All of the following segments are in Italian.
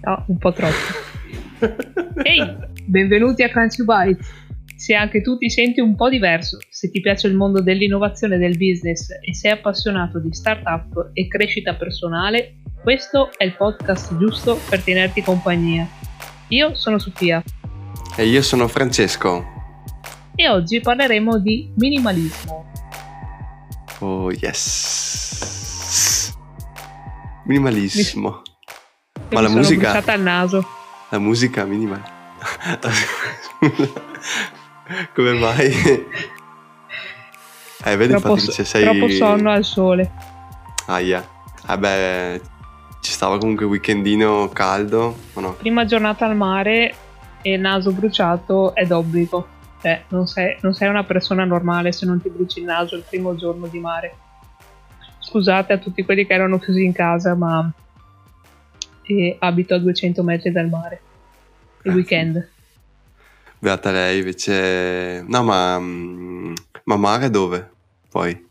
No, un po' troppo. Ehi, benvenuti a Crunchy Bites. Se anche tu ti senti un po' diverso, se ti piace il mondo dell'innovazione e del business e sei appassionato di startup e crescita personale, questo è il podcast giusto per tenerti compagnia. Io sono Sofia. E io sono Francesco. E oggi parleremo di minimalismo. Oh yes. Minimalismo. Ma la mi sono musica... bruciata al naso. La musica minimal. Come mai? Vedi infatti che sei... Troppo sonno al sole. Aia. Vabbè, ci stava comunque weekendino caldo, o no? Prima giornata al mare e il naso bruciato è d'obbligo. Cioè, non sei una persona normale se non ti bruci il naso il primo giorno di mare. Scusate a tutti quelli che erano chiusi in casa, ma abito a 200 metri dal mare. Il weekend. Beata lei, invece... No, ma mare dove? Poi?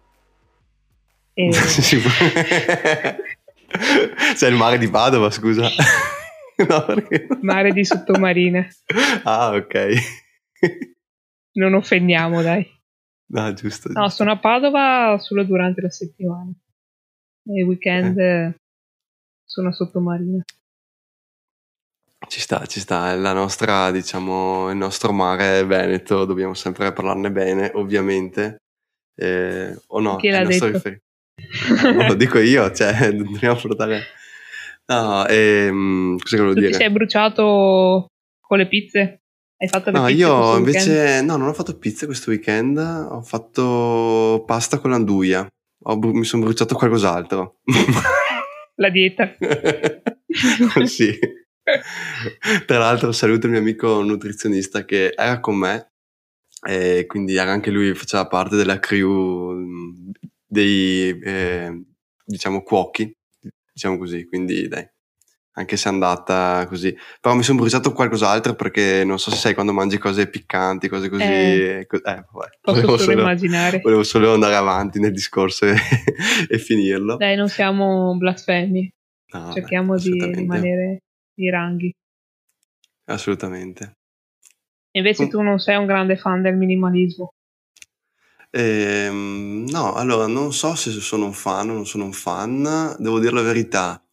C'è il mare di Padova, scusa. No, perché... Mare di sottomarina. Ah, ok. Non offendiamo, dai. No, giusto. No, sono a Padova solo durante la settimana. E il weekend sono a sottomarina. Ci sta. La nostra, diciamo, il nostro mare veneto, dobbiamo sempre parlarne bene, ovviamente. O no? Chi l'ha detto? Lo dico io, cioè, dobbiamo portare... No, cosa volevo dire? Tu ti sei bruciato con le pizze? Hai fatto le pizze? No, io invece no, non ho fatto pizze questo weekend, ho fatto pasta con l'anduia. Mi sono bruciato qualcos'altro. La dieta. Sì. Tra l'altro saluto il mio amico nutrizionista che era con me e quindi anche lui faceva parte della crew dei diciamo cuochi, diciamo così, quindi dai, anche se è andata così. Però mi sono bruciato qualcos'altro perché non so se sai quando mangi cose piccanti, cose così. Vabbè. Posso solo immaginare. Volevo solo andare avanti nel discorso e finirlo. Dai, non siamo blasfemi. No, cerchiamo di rimanere i ranghi. Assolutamente. Invece tu non sei un grande fan del minimalismo? No, allora non so se sono un fan o non sono un fan, devo dire la verità.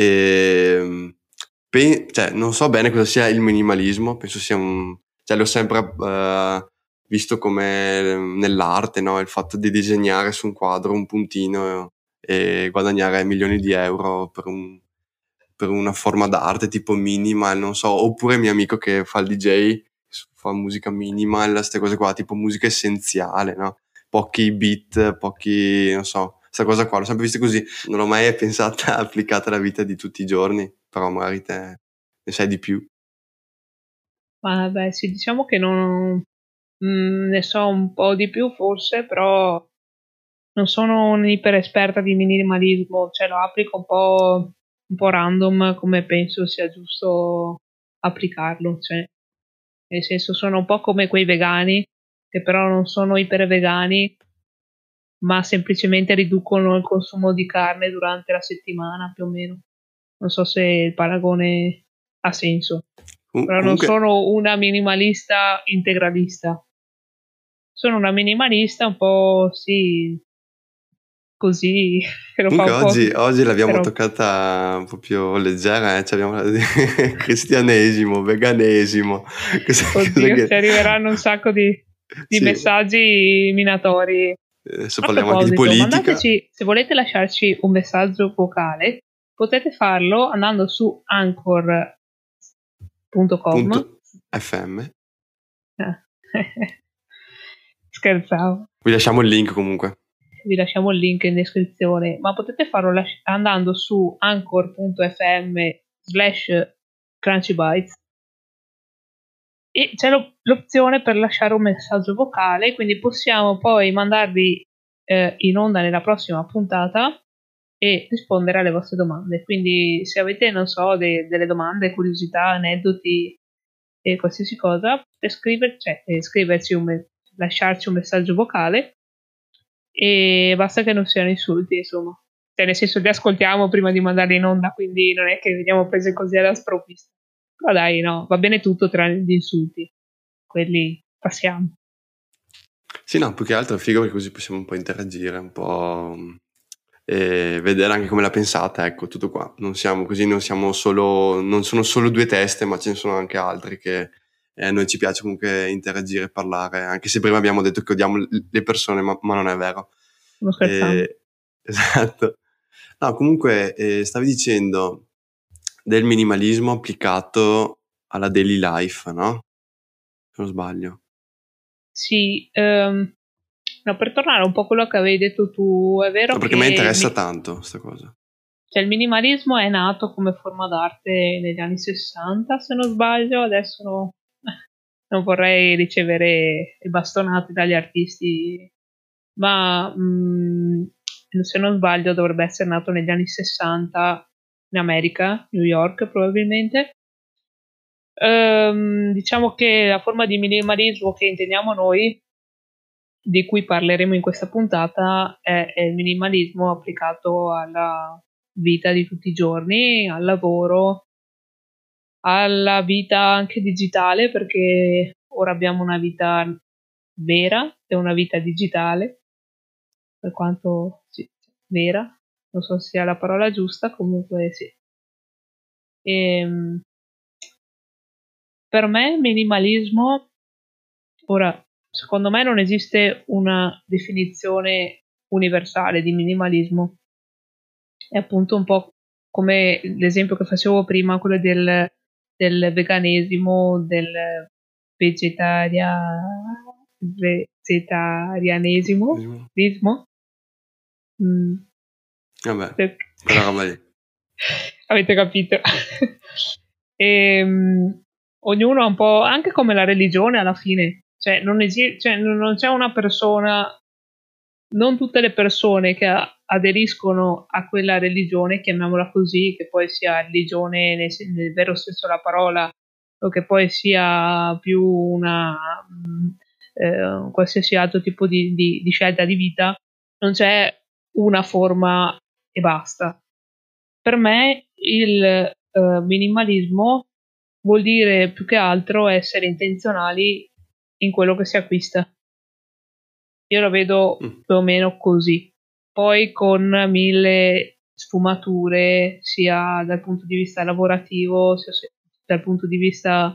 Cioè, non so bene cosa sia il minimalismo, penso sia cioè l'ho sempre visto come nell'arte, no? Il fatto di disegnare su un quadro un puntino e guadagnare milioni di euro per una forma d'arte tipo minimal, non so, oppure mio amico che fa il DJ, fa musica minimal, queste cose qua, tipo musica essenziale, no? Pochi beat, non so, questa cosa qua l'ho sempre vista così, non l'ho mai pensata applicata alla vita di tutti i giorni, però magari te ne sai di più. Ma beh, sì, diciamo che non ne so un po' di più forse, però non sono un'iper esperta di minimalismo, cioè lo applico un po' random come penso sia giusto applicarlo, cioè nel senso sono un po' come quei vegani che però non sono iper vegani, ma semplicemente riducono il consumo di carne durante la settimana più o meno. Non so se il paragone ha senso. Però non sono una minimalista integralista. Sono una minimalista un po' sì, così. Comunque oggi l'abbiamo toccata un po' più leggera, cioè abbiamo cristianesimo, veganesimo. Oddio, ci arriveranno un sacco di messaggi minatori. Adesso parliamo anche di politica. Mandateci, se volete lasciarci un messaggio vocale, potete farlo andando su anchor.com/fm. Scherzavo. Vi lasciamo il link comunque. Vi lasciamo il link in descrizione, ma potete farlo andando su anchor.fm/crunchybites e c'è l'opzione per lasciare un messaggio vocale, quindi possiamo poi mandarvi in onda nella prossima puntata e rispondere alle vostre domande. Quindi se avete, non so, delle domande, curiosità, aneddoti e qualsiasi cosa, lasciarci un messaggio vocale e basta che non siano insulti, insomma. cioè nel senso li ascoltiamo prima di mandarli in onda, quindi non è che veniamo prese così alla sprovvista. Però dai, no, va bene tutto tranne gli insulti, quelli passiamo. Sì, no, più che altro è figo perché così possiamo un po' interagire, un po' e vedere anche come la pensate, ecco, tutto qua. Non sono solo due teste, ma ce ne sono anche altri che a noi ci piace comunque interagire e parlare, anche se prima abbiamo detto che odiamo le persone, ma non è vero. Non scherzando. Esatto. No, comunque stavi dicendo del minimalismo applicato alla daily life, no? Se non sbaglio. Sì, no, per tornare un po' a quello che avevi detto tu, è vero No, perché mi che interessa tanto questa cosa. cioè, il minimalismo è nato come forma d'arte negli anni 60, se non sbaglio, adesso non vorrei ricevere i bastonati dagli artisti, ma se non sbaglio dovrebbe essere nato negli anni 60 in America, New York probabilmente. Diciamo che la forma di minimalismo che intendiamo noi, di cui parleremo in questa puntata, è il minimalismo applicato alla vita di tutti i giorni, al lavoro, alla vita anche digitale, perché ora abbiamo una vita vera e una vita digitale, per quanto sì, vera, non so se sia la parola giusta, comunque sì. E, per me minimalismo, ora, secondo me non esiste una definizione universale di minimalismo, è appunto un po' come l'esempio che facevo prima, quello del veganesimo, del vegetarianesimo, mm, Vabbè, perché- quella roba lì. avete capito. Ognuno ha un po', anche come la religione alla fine, cioè non c'è una persona, non tutte le persone che aderiscono a quella religione, chiamiamola così, che poi sia religione nel vero senso della parola, o che poi sia più qualsiasi altro tipo di scelta di vita, non c'è una forma e basta. Per me il minimalismo vuol dire più che altro essere intenzionali in quello che si acquista. Io lo vedo più o meno così. Poi con mille sfumature, sia dal punto di vista lavorativo, sia dal punto di vista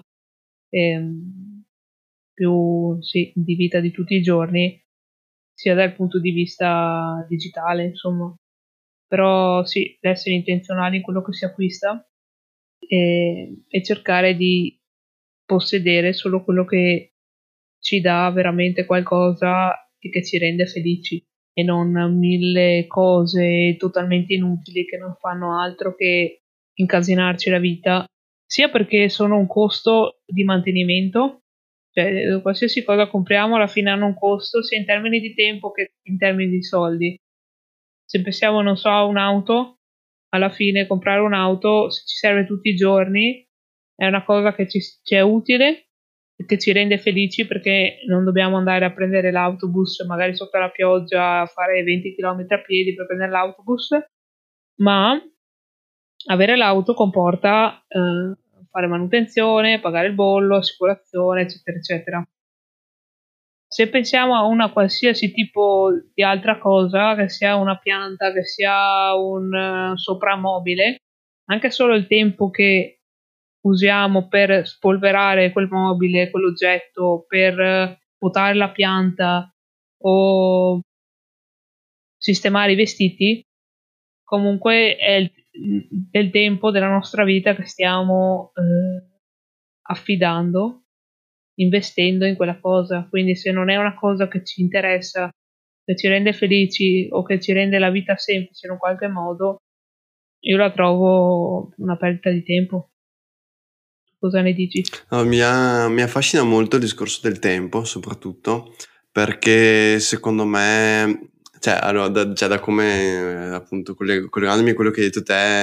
più sì, di vita di tutti i giorni, sia dal punto di vista digitale, insomma. Però sì, essere intenzionali in quello che si acquista e cercare di possedere solo quello che ci dà veramente qualcosa e che ci rende felici e non mille cose totalmente inutili che non fanno altro che incasinarci la vita, sia perché sono un costo di mantenimento, cioè qualsiasi cosa compriamo alla fine hanno un costo sia in termini di tempo che in termini di soldi. Se pensiamo, non so, a un'auto, alla fine comprare un'auto, se ci serve tutti i giorni, è una cosa che ci è utile e che ci rende felici perché non dobbiamo andare a prendere l'autobus magari sotto la pioggia a fare 20 km a piedi per prendere l'autobus, ma avere l'auto comporta fare manutenzione, pagare il bollo, assicurazione, eccetera, eccetera. Se pensiamo a una qualsiasi tipo di altra cosa, che sia una pianta, che sia un soprammobile, anche solo il tempo che usiamo per spolverare quel mobile, quell'oggetto, per potare la pianta o sistemare i vestiti, comunque è il tempo della nostra vita che stiamo affidando, investendo in quella cosa. Quindi se non è una cosa che ci interessa, che ci rende felici o che ci rende la vita semplice in un qualche modo, io la trovo una perdita di tempo. Cosa ne dici? No, mi affascina molto il discorso del tempo, soprattutto perché secondo me, cioè, allora, da come appunto collegandomi a quello che hai detto te,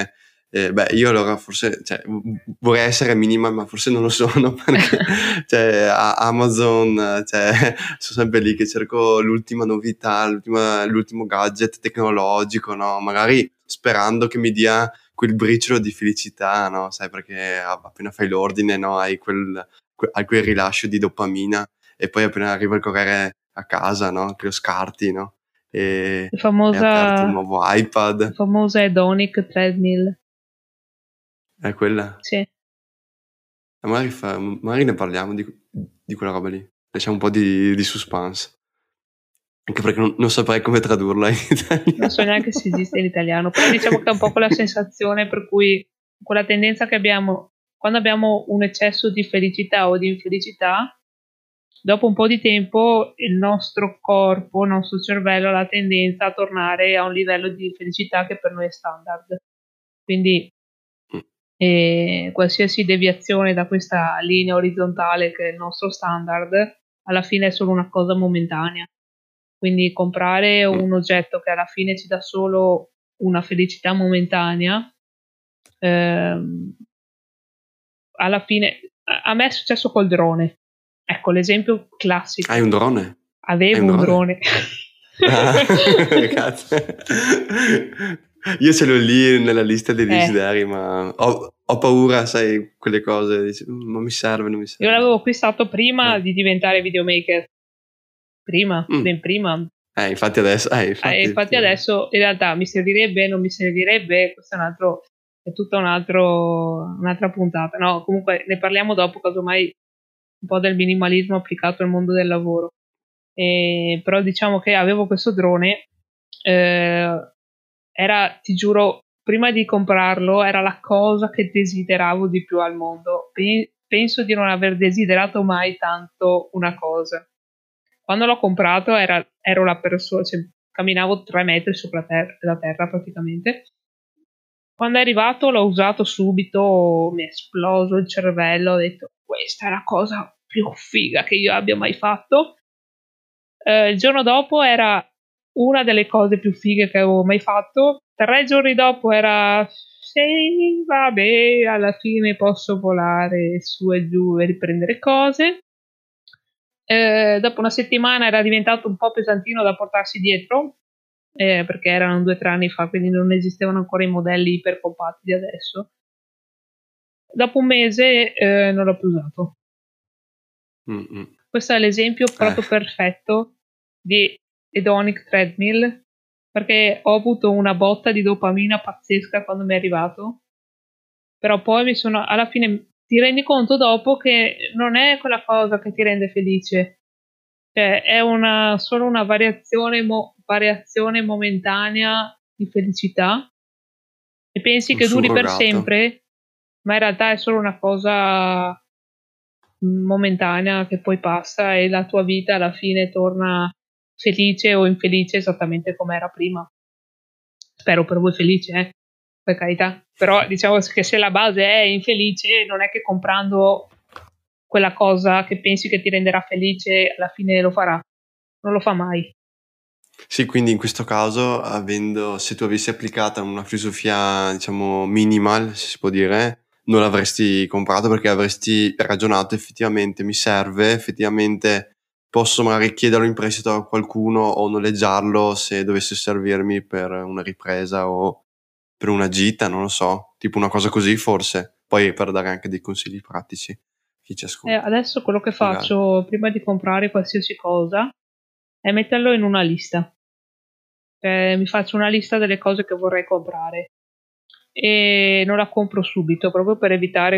Beh, io allora forse, cioè, vorrei essere minimal, ma forse non lo sono, perché cioè, a Amazon, cioè, sono sempre lì che cerco l'ultima novità, l'ultimo gadget tecnologico, no? Magari sperando che mi dia quel briciolo di felicità, no? Sai, perché appena fai l'ordine, no? Hai quel rilascio di dopamina, e poi appena arriva il corriere a casa, no? Che lo scarti, no? E hai aperto il La nuovo iPad, famosa Hedonic Treadmill. è quella. Sì. Magari ne parliamo di quella roba lì. Lasciamo un po' di suspense. Anche perché non saprei come tradurla in Non so italiano. neanche se esiste in italiano, però diciamo che è un po' quella sensazione per cui quella tendenza che abbiamo quando abbiamo un eccesso di felicità o di infelicità, dopo un po' di tempo il nostro corpo, il nostro cervello ha la tendenza a tornare a un livello di felicità che per noi è standard. Quindi Mm. qualsiasi deviazione da questa linea orizzontale che è il nostro standard, alla fine è solo una cosa momentanea. Quindi comprare Mm. un oggetto che alla fine ci dà solo una felicità momentanea, ehm, alla fine a me è successo col drone. Ecco l'esempio Hai classico. un drone? Hai Avevo un un drone? drone. Ah, cazzo. Io ce l'ho lì nella lista dei desideri, ma ho paura, sai, quelle cose. Dici, non mi serve, non mi Io serve. l'avevo acquistato prima Eh. di diventare videomaker. Prima, Mm. ben prima. Infatti adesso, Infatti effettivamente. adesso in realtà mi servirebbe, non mi servirebbe, questo è tutta un'altra puntata. No, comunque ne parliamo dopo, casomai un po' del minimalismo applicato al mondo del lavoro. Però diciamo che avevo questo drone, era, ti giuro, prima di comprarlo era la cosa che desideravo di più al mondo. Penso di non aver desiderato mai tanto una cosa. Quando l'ho comprato ero la persona, cioè, camminavo 3 metri sopra la terra praticamente. Quando è arrivato l'ho usato subito, mi è esploso il cervello, ho detto questa è la cosa più figa che io abbia mai fatto. Il giorno dopo era una delle cose più fighe che avevo mai fatto. 3 giorni dopo era sì, vabbè, alla fine posso volare su e giù e riprendere cose. Dopo una settimana era diventato un po' pesantino da portarsi dietro, perché erano 2 o 3 anni fa, quindi non esistevano ancora i modelli ipercompatti di adesso. Dopo un mese non l'ho più usato. Mm-mm. Questo è l'esempio proprio perfetto di Hedonic Treadmill, perché ho avuto una botta di dopamina pazzesca quando mi è arrivato, però poi alla fine ti rendi conto dopo che non è quella cosa che ti rende felice, cioè è solo una variazione momentanea di felicità e pensi Un che duri per surrogato. sempre, ma in realtà è solo una cosa momentanea che poi passa e la tua vita alla fine torna felice o infelice esattamente come era prima. Spero per voi felice, per carità. Però diciamo che se la base è infelice, non è che comprando quella cosa che pensi che ti renderà felice alla fine lo farà. Non lo fa mai. Sì, quindi in questo caso, se tu avessi applicata una filosofia, diciamo, minimal, se si può dire, non l'avresti comprato perché avresti ragionato effettivamente mi serve, effettivamente posso magari chiederlo in prestito a qualcuno o noleggiarlo se dovesse servirmi per una ripresa o per una gita, non lo so, tipo una cosa così forse, poi per dare anche dei consigli pratici a chi ci ascolta, Adesso quello che magari. faccio prima di comprare qualsiasi cosa è metterlo in una lista. Mi faccio una lista delle cose che vorrei comprare e non la compro subito proprio per evitare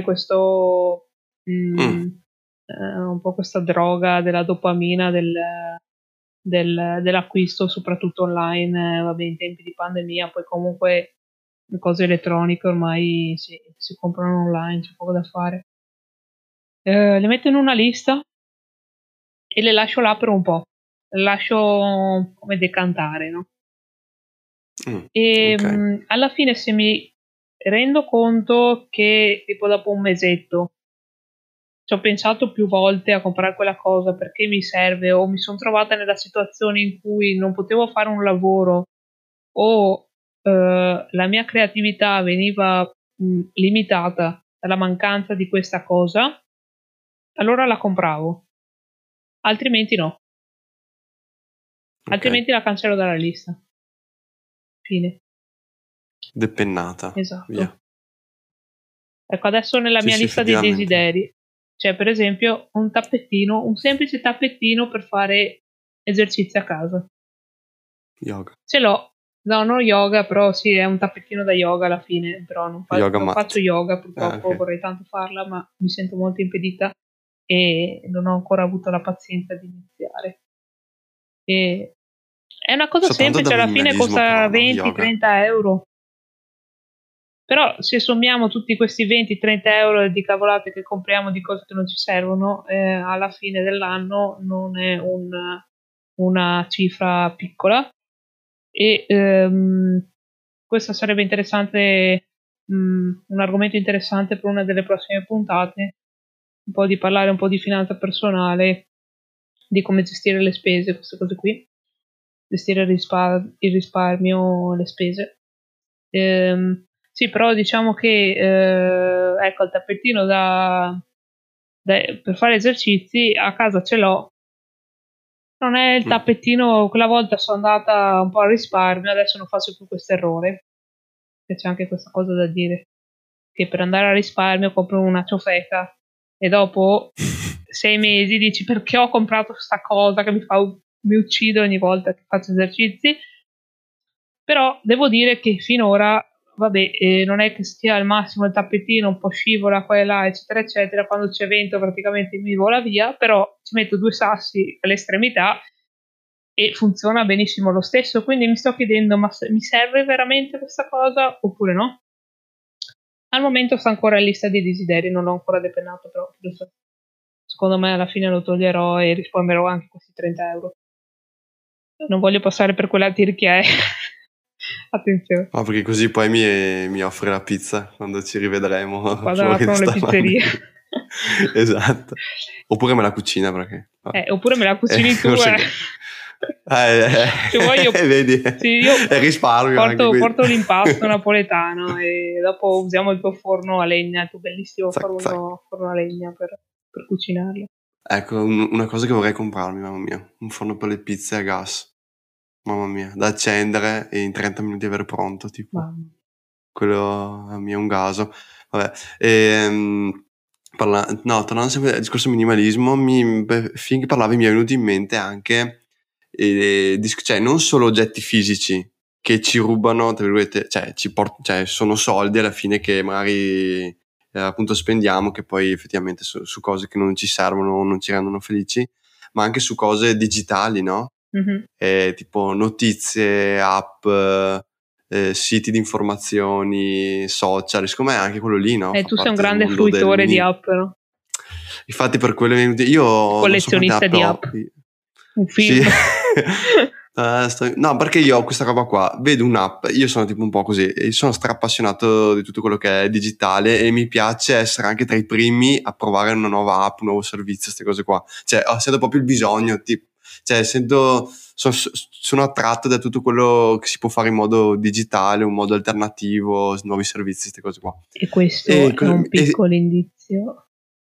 Mm, un po' questa droga della dopamina dell'acquisto, soprattutto online. Vabbè, in tempi di pandemia, poi comunque le cose elettroniche ormai si comprano online, c'è poco da fare. Le metto in una lista e le lascio là per un po', le lascio come decantare, no? mm, E ok. alla fine se mi rendo conto che tipo dopo un mesetto ci ho pensato più volte a comprare quella cosa perché mi serve o mi sono trovata nella situazione in cui non potevo fare un lavoro o la mia creatività veniva limitata dalla mancanza di questa cosa, allora la compravo, altrimenti no, altrimenti la cancello dalla lista. Fine. Depennata. Esatto. Via. Ecco, adesso nella Sì, mia sì, lista dei effettivamente. desideri c'è per esempio un tappettino, un semplice tappettino per fare esercizi a casa. Yoga. Ce l'ho. No, non yoga, però sì, è un tappettino da yoga alla fine, però non Yoga faccio mat. yoga purtroppo, Ok. vorrei tanto farla, ma mi sento molto impedita e non ho ancora avuto la pazienza di iniziare. E è una cosa So tanto da semplice, alla fine minimalismo costa però, no? Yoga. 20-30 euro. Però se sommiamo tutti questi 20-30 euro di cavolate che compriamo di cose che non ci servono, alla fine dell'anno non è una cifra piccola. E questo sarebbe interessante, un argomento interessante per una delle prossime puntate, un po' di parlare un po' di finanza personale, di come gestire le spese, queste cose qui, gestire il risparmio, le spese. Sì, però diciamo che ecco, il tappettino per fare esercizi a casa ce l'ho. Non è il tappettino, quella volta sono andata un po' al risparmio, adesso non faccio più questo errore. Che c'è anche questa cosa da dire, che per andare al risparmio compro una ciofeca e dopo 6 mesi dici perché ho comprato questa cosa che mi uccide ogni volta che faccio esercizi. Però devo dire che finora, vabbè, non è che stia al massimo il tappetino, un po' scivola qua e là, eccetera, eccetera. Quando c'è vento praticamente mi vola via, però ci metto 2 sassi all'estremità e funziona benissimo lo stesso. Quindi mi sto chiedendo, ma mi serve veramente questa cosa oppure no? Al momento sta ancora in lista dei desideri, non l'ho ancora depennato, però secondo me alla fine lo toglierò e risparmierò anche questi 30 euro. Non voglio passare per quella tirchia, attenzione. No, perché così poi mi offre la pizza quando ci rivedremo Quando fuori da aprono le sta pizzerie. Esatto. Oppure me la cucina perché... Oppure me la cucini tu. forse... Se vuoi vedi, sì, io è risparmio anche qui. porto l'impasto napoletano e dopo usiamo il tuo forno a legna, il tuo bellissimo Zac, zac. forno a legna per cucinarlo. Ecco, una cosa che vorrei comprarmi, mamma mia, un forno per le pizze a gas. Mamma mia, da accendere e in 30 minuti avere pronto, tipo. Mamma. Quello a me è un gaso. Vabbè, tornando sempre al discorso minimalismo, finché parlavi mi è venuto in mente anche, cioè non solo oggetti fisici che ci rubano, tra virgolette, cioè sono soldi alla fine che magari appunto spendiamo, che poi effettivamente su cose che non ci servono o non ci rendono felici, ma anche su cose digitali, no? Mm-hmm. Tipo notizie, app, siti di informazioni, social, secondo me anche quello lì, no? Fa Tu sei un parte del grande mondo del fruitore di mini. app, no? Infatti per quello io non so quante Collezionista app di app. ho. Un Sì. film. No, perché io ho questa roba qua, vedo un'app, io sono tipo un po' così, e sono strappassionato di tutto quello che è digitale e mi piace essere anche tra i primi a provare una nuova app, un nuovo servizio, queste cose qua. Cioè, sento proprio il bisogno, cioè, sono attratto da tutto quello che si può fare in modo digitale, un modo alternativo, nuovi servizi, queste cose qua. E questo è un piccolo indizio.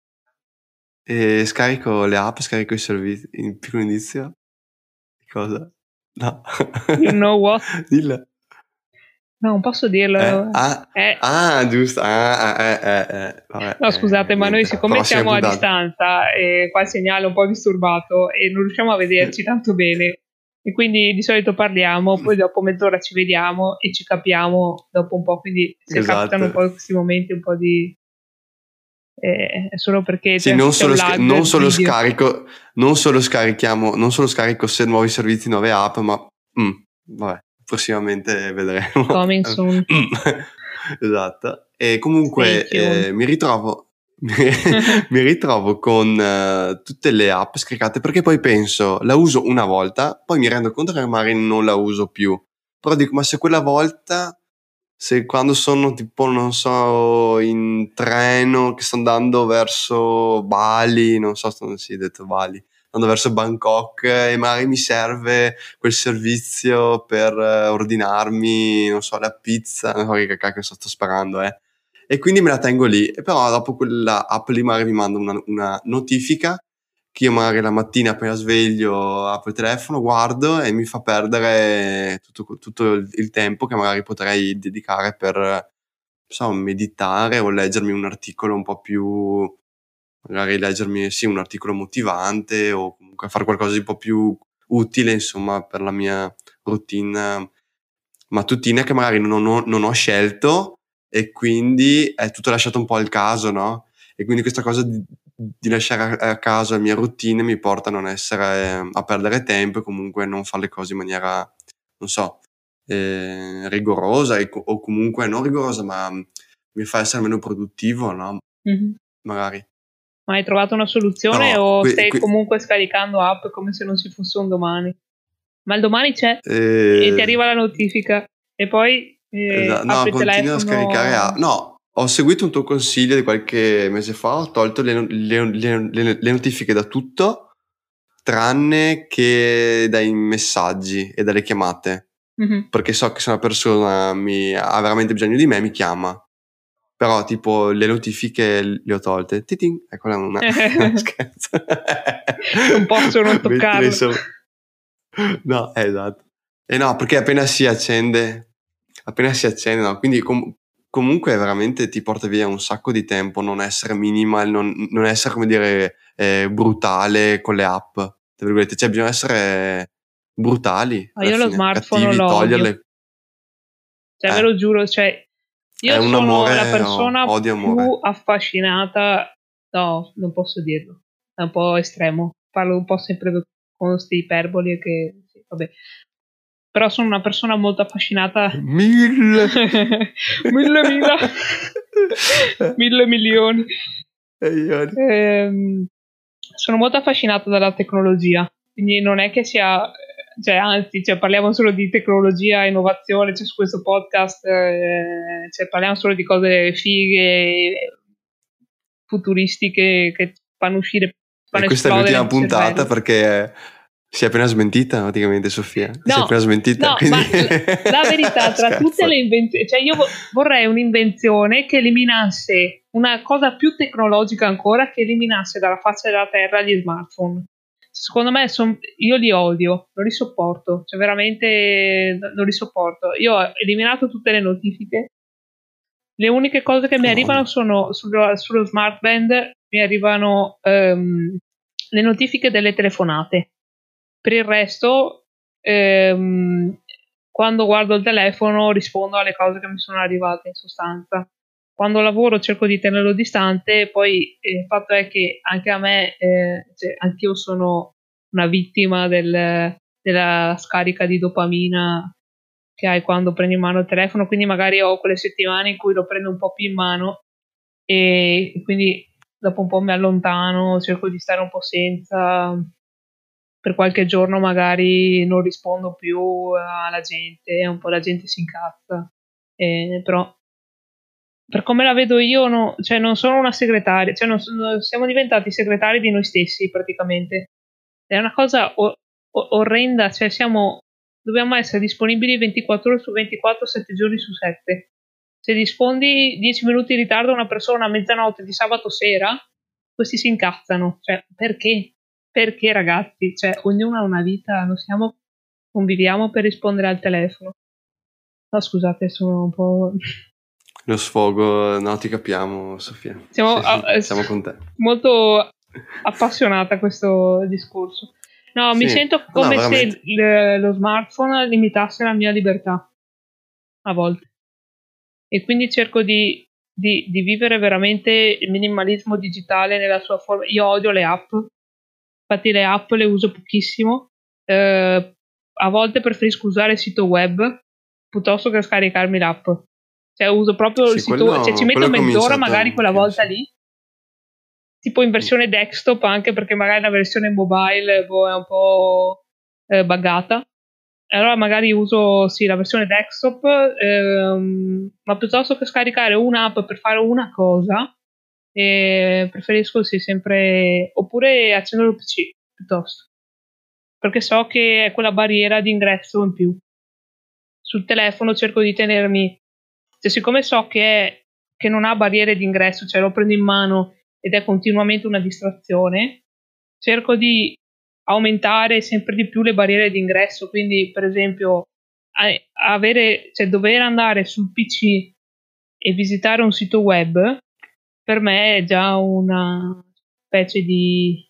E scarico le app, scarico i servizi, in piccolo indizio. Cosa? No. You know what? Dillo. No, non posso dirlo. Giusto. Vabbè, No, scusate, ma noi niente. siccome Prossima siamo a puntata. distanza e qua il segnale è un po' disturbato e non riusciamo a vederci tanto bene e quindi di solito parliamo, poi dopo mezz'ora ci vediamo e ci capiamo dopo un po', quindi se capitano un Esatto. po' questi momenti un po' di... è solo perché Sì, c'è un lag non solo video. non solo scarico nuovi servizi, nuove app, ma vabbè, prossimamente vedremo. Coming soon. Esatto. E Stay comunque tuned. mi ritrovo con tutte le app scaricate perché poi penso, la uso una volta, poi mi rendo conto che magari non la uso più. Però dico, ma se quella volta, se quando sono tipo, non so, in treno che sto andando verso Bali, non so, sì, detto Bali, andando verso Bangkok e magari mi serve quel servizio per ordinarmi, non so, la pizza, non so che cacchio sto sparando, e quindi me la tengo lì. E però dopo quella app lì magari mi manda una notifica che io magari la mattina appena sveglio apro il telefono, guardo e mi fa perdere tutto il tempo che magari potrei dedicare per, non so, meditare o leggermi un articolo un po' più, magari leggermi sì un articolo motivante o comunque fare qualcosa di un po' più utile, insomma, per la mia routine mattutina che magari non ho scelto e quindi è tutto lasciato un po' al caso, no? E quindi questa cosa di lasciare a caso la mia routine mi porta a non essere, a perdere tempo e comunque non fare le cose in maniera, non so, rigorosa o comunque non rigorosa, ma mi fa essere meno produttivo, no? Mm-hmm. Magari. Ma hai trovato una soluzione Però o stai comunque scaricando app come se non ci fosse un domani? Ma il domani c'è e ti arriva la notifica e poi no, apri il continuo a scaricare telefono. no, ho seguito un tuo consiglio di qualche mese fa, ho tolto le notifiche da tutto tranne che dai messaggi e dalle chiamate, perché so che se una persona ha veramente bisogno di me mi chiama, però tipo le notifiche le ho tolte. Titing, eccola una scherzo. Non posso non toccarlo. No, esatto. E no, perché appena si accende, no, quindi comunque veramente ti porta via un sacco di tempo non essere minimal, non essere, come dire, brutale con le app, tra virgolette, cioè bisogna essere brutali Ma alla io lo fine, smartphone cattivi, lo odio. toglierle. Cioè, ve lo giuro, cioè, È io un sono la amore, persona odio più amore. affascinata. No, non posso dirlo, è un po' estremo. Parlo un po' sempre con queste iperboli che sì, vabbè. Però sono una persona molto affascinata. Mille mille milioni. Sono molto affascinata dalla tecnologia, quindi non è che sia, cioè, anzi, cioè, parliamo solo di tecnologia, innovazione, cioè, su questo podcast, cioè, parliamo solo di cose fighe, futuristiche che fanno uscire, E fanno questa è esplodere l'ultima il puntata cervello. perché si è appena smentita praticamente Sofia. Si è appena smentita. No, Quindi... ma la verità, tra tutte le invenzioni, cioè io vorrei un'invenzione che eliminasse una cosa più tecnologica ancora, che eliminasse dalla faccia della terra gli smartphone. Secondo me io li odio, non li sopporto, cioè veramente non li sopporto. Io ho eliminato tutte le notifiche. Le uniche cose che mi arrivano sono sullo smart band, mi arrivano le notifiche delle telefonate. Per il resto, quando guardo il telefono rispondo alle cose che mi sono arrivate in sostanza. Quando lavoro cerco di tenerlo distante, poi il fatto è che anche a me, cioè, anch'io sono una vittima della scarica di dopamina che hai quando prendi in mano il telefono, quindi magari ho quelle settimane in cui lo prendo un po' più in mano e quindi dopo un po' mi allontano, cerco di stare un po' senza, per qualche giorno magari non rispondo più alla gente, un po' la gente si incazza, però per come la vedo io cioè non sono una segretaria, cioè siamo diventati segretari di noi stessi praticamente, è una cosa orrenda, cioè dobbiamo essere disponibili 24 ore su 24, 7 giorni su 7. Se rispondi 10 minuti in ritardo a una persona a mezzanotte di sabato sera, questi si incazzano. Cioè, perché? Perché, ragazzi? Cioè, ognuno ha una vita, conviviamo per rispondere al telefono. No, scusate, sono un po'... Lo sfogo, no, ti capiamo, Sofia. Siamo con te. Molto appassionata a questo discorso. No, mi sento come se lo smartphone limitasse la mia libertà a volte, e quindi cerco di vivere veramente il minimalismo digitale nella sua forma. Io odio le app, infatti le app le uso pochissimo, a volte preferisco usare il sito web piuttosto che scaricarmi l'app, cioè uso proprio il sito, cioè ci metto mezz'ora magari quella volta lì, tipo in versione desktop, anche perché magari la versione mobile è un po' buggata. Allora magari uso sì la versione desktop, ma piuttosto che scaricare un'app per fare una cosa, preferisco sì sempre, oppure accendo il PC piuttosto, perché so che è quella barriera di ingresso in più. Sul telefono cerco di tenermi, cioè siccome so che è che non ha barriere d'ingresso, cioè lo prendo in mano ed è continuamente una distrazione, cerco di aumentare sempre di più le barriere d'ingresso, quindi per esempio dover andare sul PC e visitare un sito web per me è già una specie di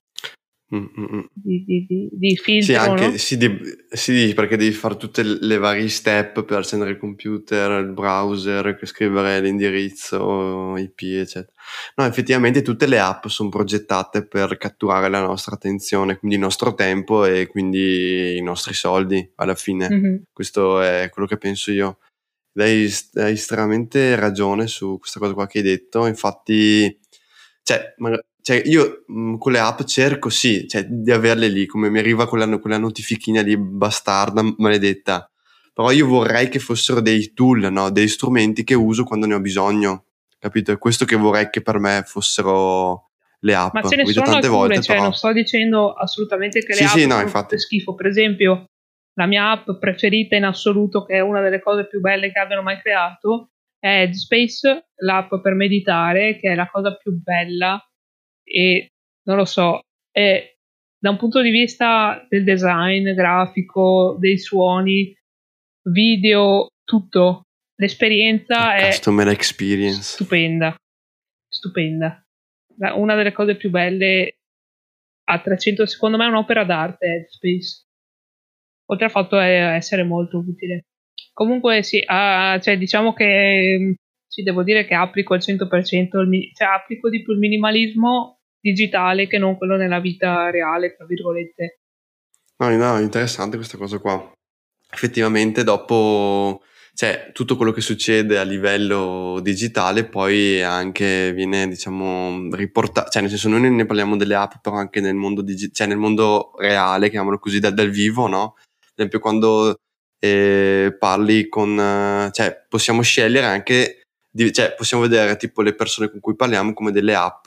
Sì, filtro, no? anche sì, perché devi fare tutte le varie step per accendere il computer, il browser, scrivere l'indirizzo IP, eccetera. No, effettivamente tutte le app sono progettate per catturare la nostra attenzione, quindi il nostro tempo e quindi i nostri soldi alla fine. Mm-hmm. Questo è quello che penso io. Hai estremamente ragione su questa cosa qua che hai detto, infatti, cioè io con le app cerco sì, cioè, di averle lì, come mi arriva quella notifichina lì bastarda, maledetta, però io vorrei che fossero dei tool, no? Dei strumenti che uso quando ne ho bisogno, capito? È questo che vorrei che per me fossero le app. Ma ce Ho ne visto sono tante alcune, volte, cioè non però sto dicendo assolutamente che le sì, app no, sono tutte infatti. schifo. Per esempio, la mia app preferita in assoluto, che è una delle cose più belle che abbiano mai creato, è Headspace, l'app per meditare, che è la cosa più bella e non lo so, è da un punto di vista del design grafico, dei suoni, video, tutto. L'esperienza è Customer experience. stupenda, stupenda. Una delle cose più belle a 300, secondo me è un'opera d'arte Headspace, oltre al fatto di essere molto utile. Comunque sì, cioè, diciamo che sì, devo dire che applico al 100%, cioè applico di più il minimalismo digitale che non quello nella vita reale, tra virgolette. No, è interessante questa cosa qua. Effettivamente dopo, cioè, tutto quello che succede a livello digitale poi anche viene, diciamo, riportato, cioè nel senso noi ne parliamo delle app, però anche nel mondo cioè nel mondo reale, chiamiamolo così, dal vivo, no? Ad esempio quando parli con, cioè possiamo scegliere anche, cioè possiamo vedere tipo le persone con cui parliamo come delle app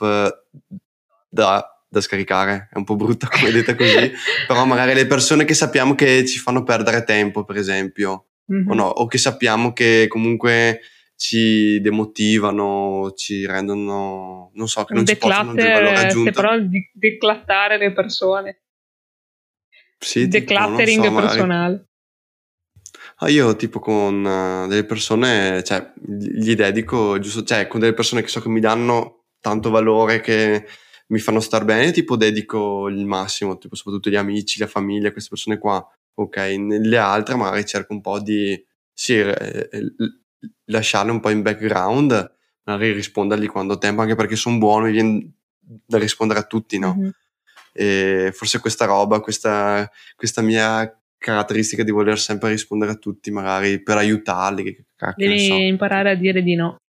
da scaricare, è un po' brutta come detta così, però magari le persone che sappiamo che ci fanno perdere tempo, per esempio, o no, o che sappiamo che comunque ci demotivano, ci rendono, non so, che Un non ci portano del valore declutter, se aggiunto. però di declattare le persone, Sì, tipo, non so, decluttering magari personale. io tipo con delle persone, cioè, gli dedico giusto, cioè, con delle persone che so che mi danno tanto valore, che mi fanno star bene, tipo dedico il massimo, tipo soprattutto gli amici, la famiglia, queste persone qua. Ok, nelle altre magari cerco un po' di, sì, lasciarle un po' in background, magari rispondergli quando ho tempo, anche perché sono buono, mi viene da rispondere a tutti, no? Mm-hmm. E forse questa roba, questa mia caratteristica di voler sempre rispondere a tutti, magari per aiutarli, che cacchio ne Devi so. imparare a dire di no.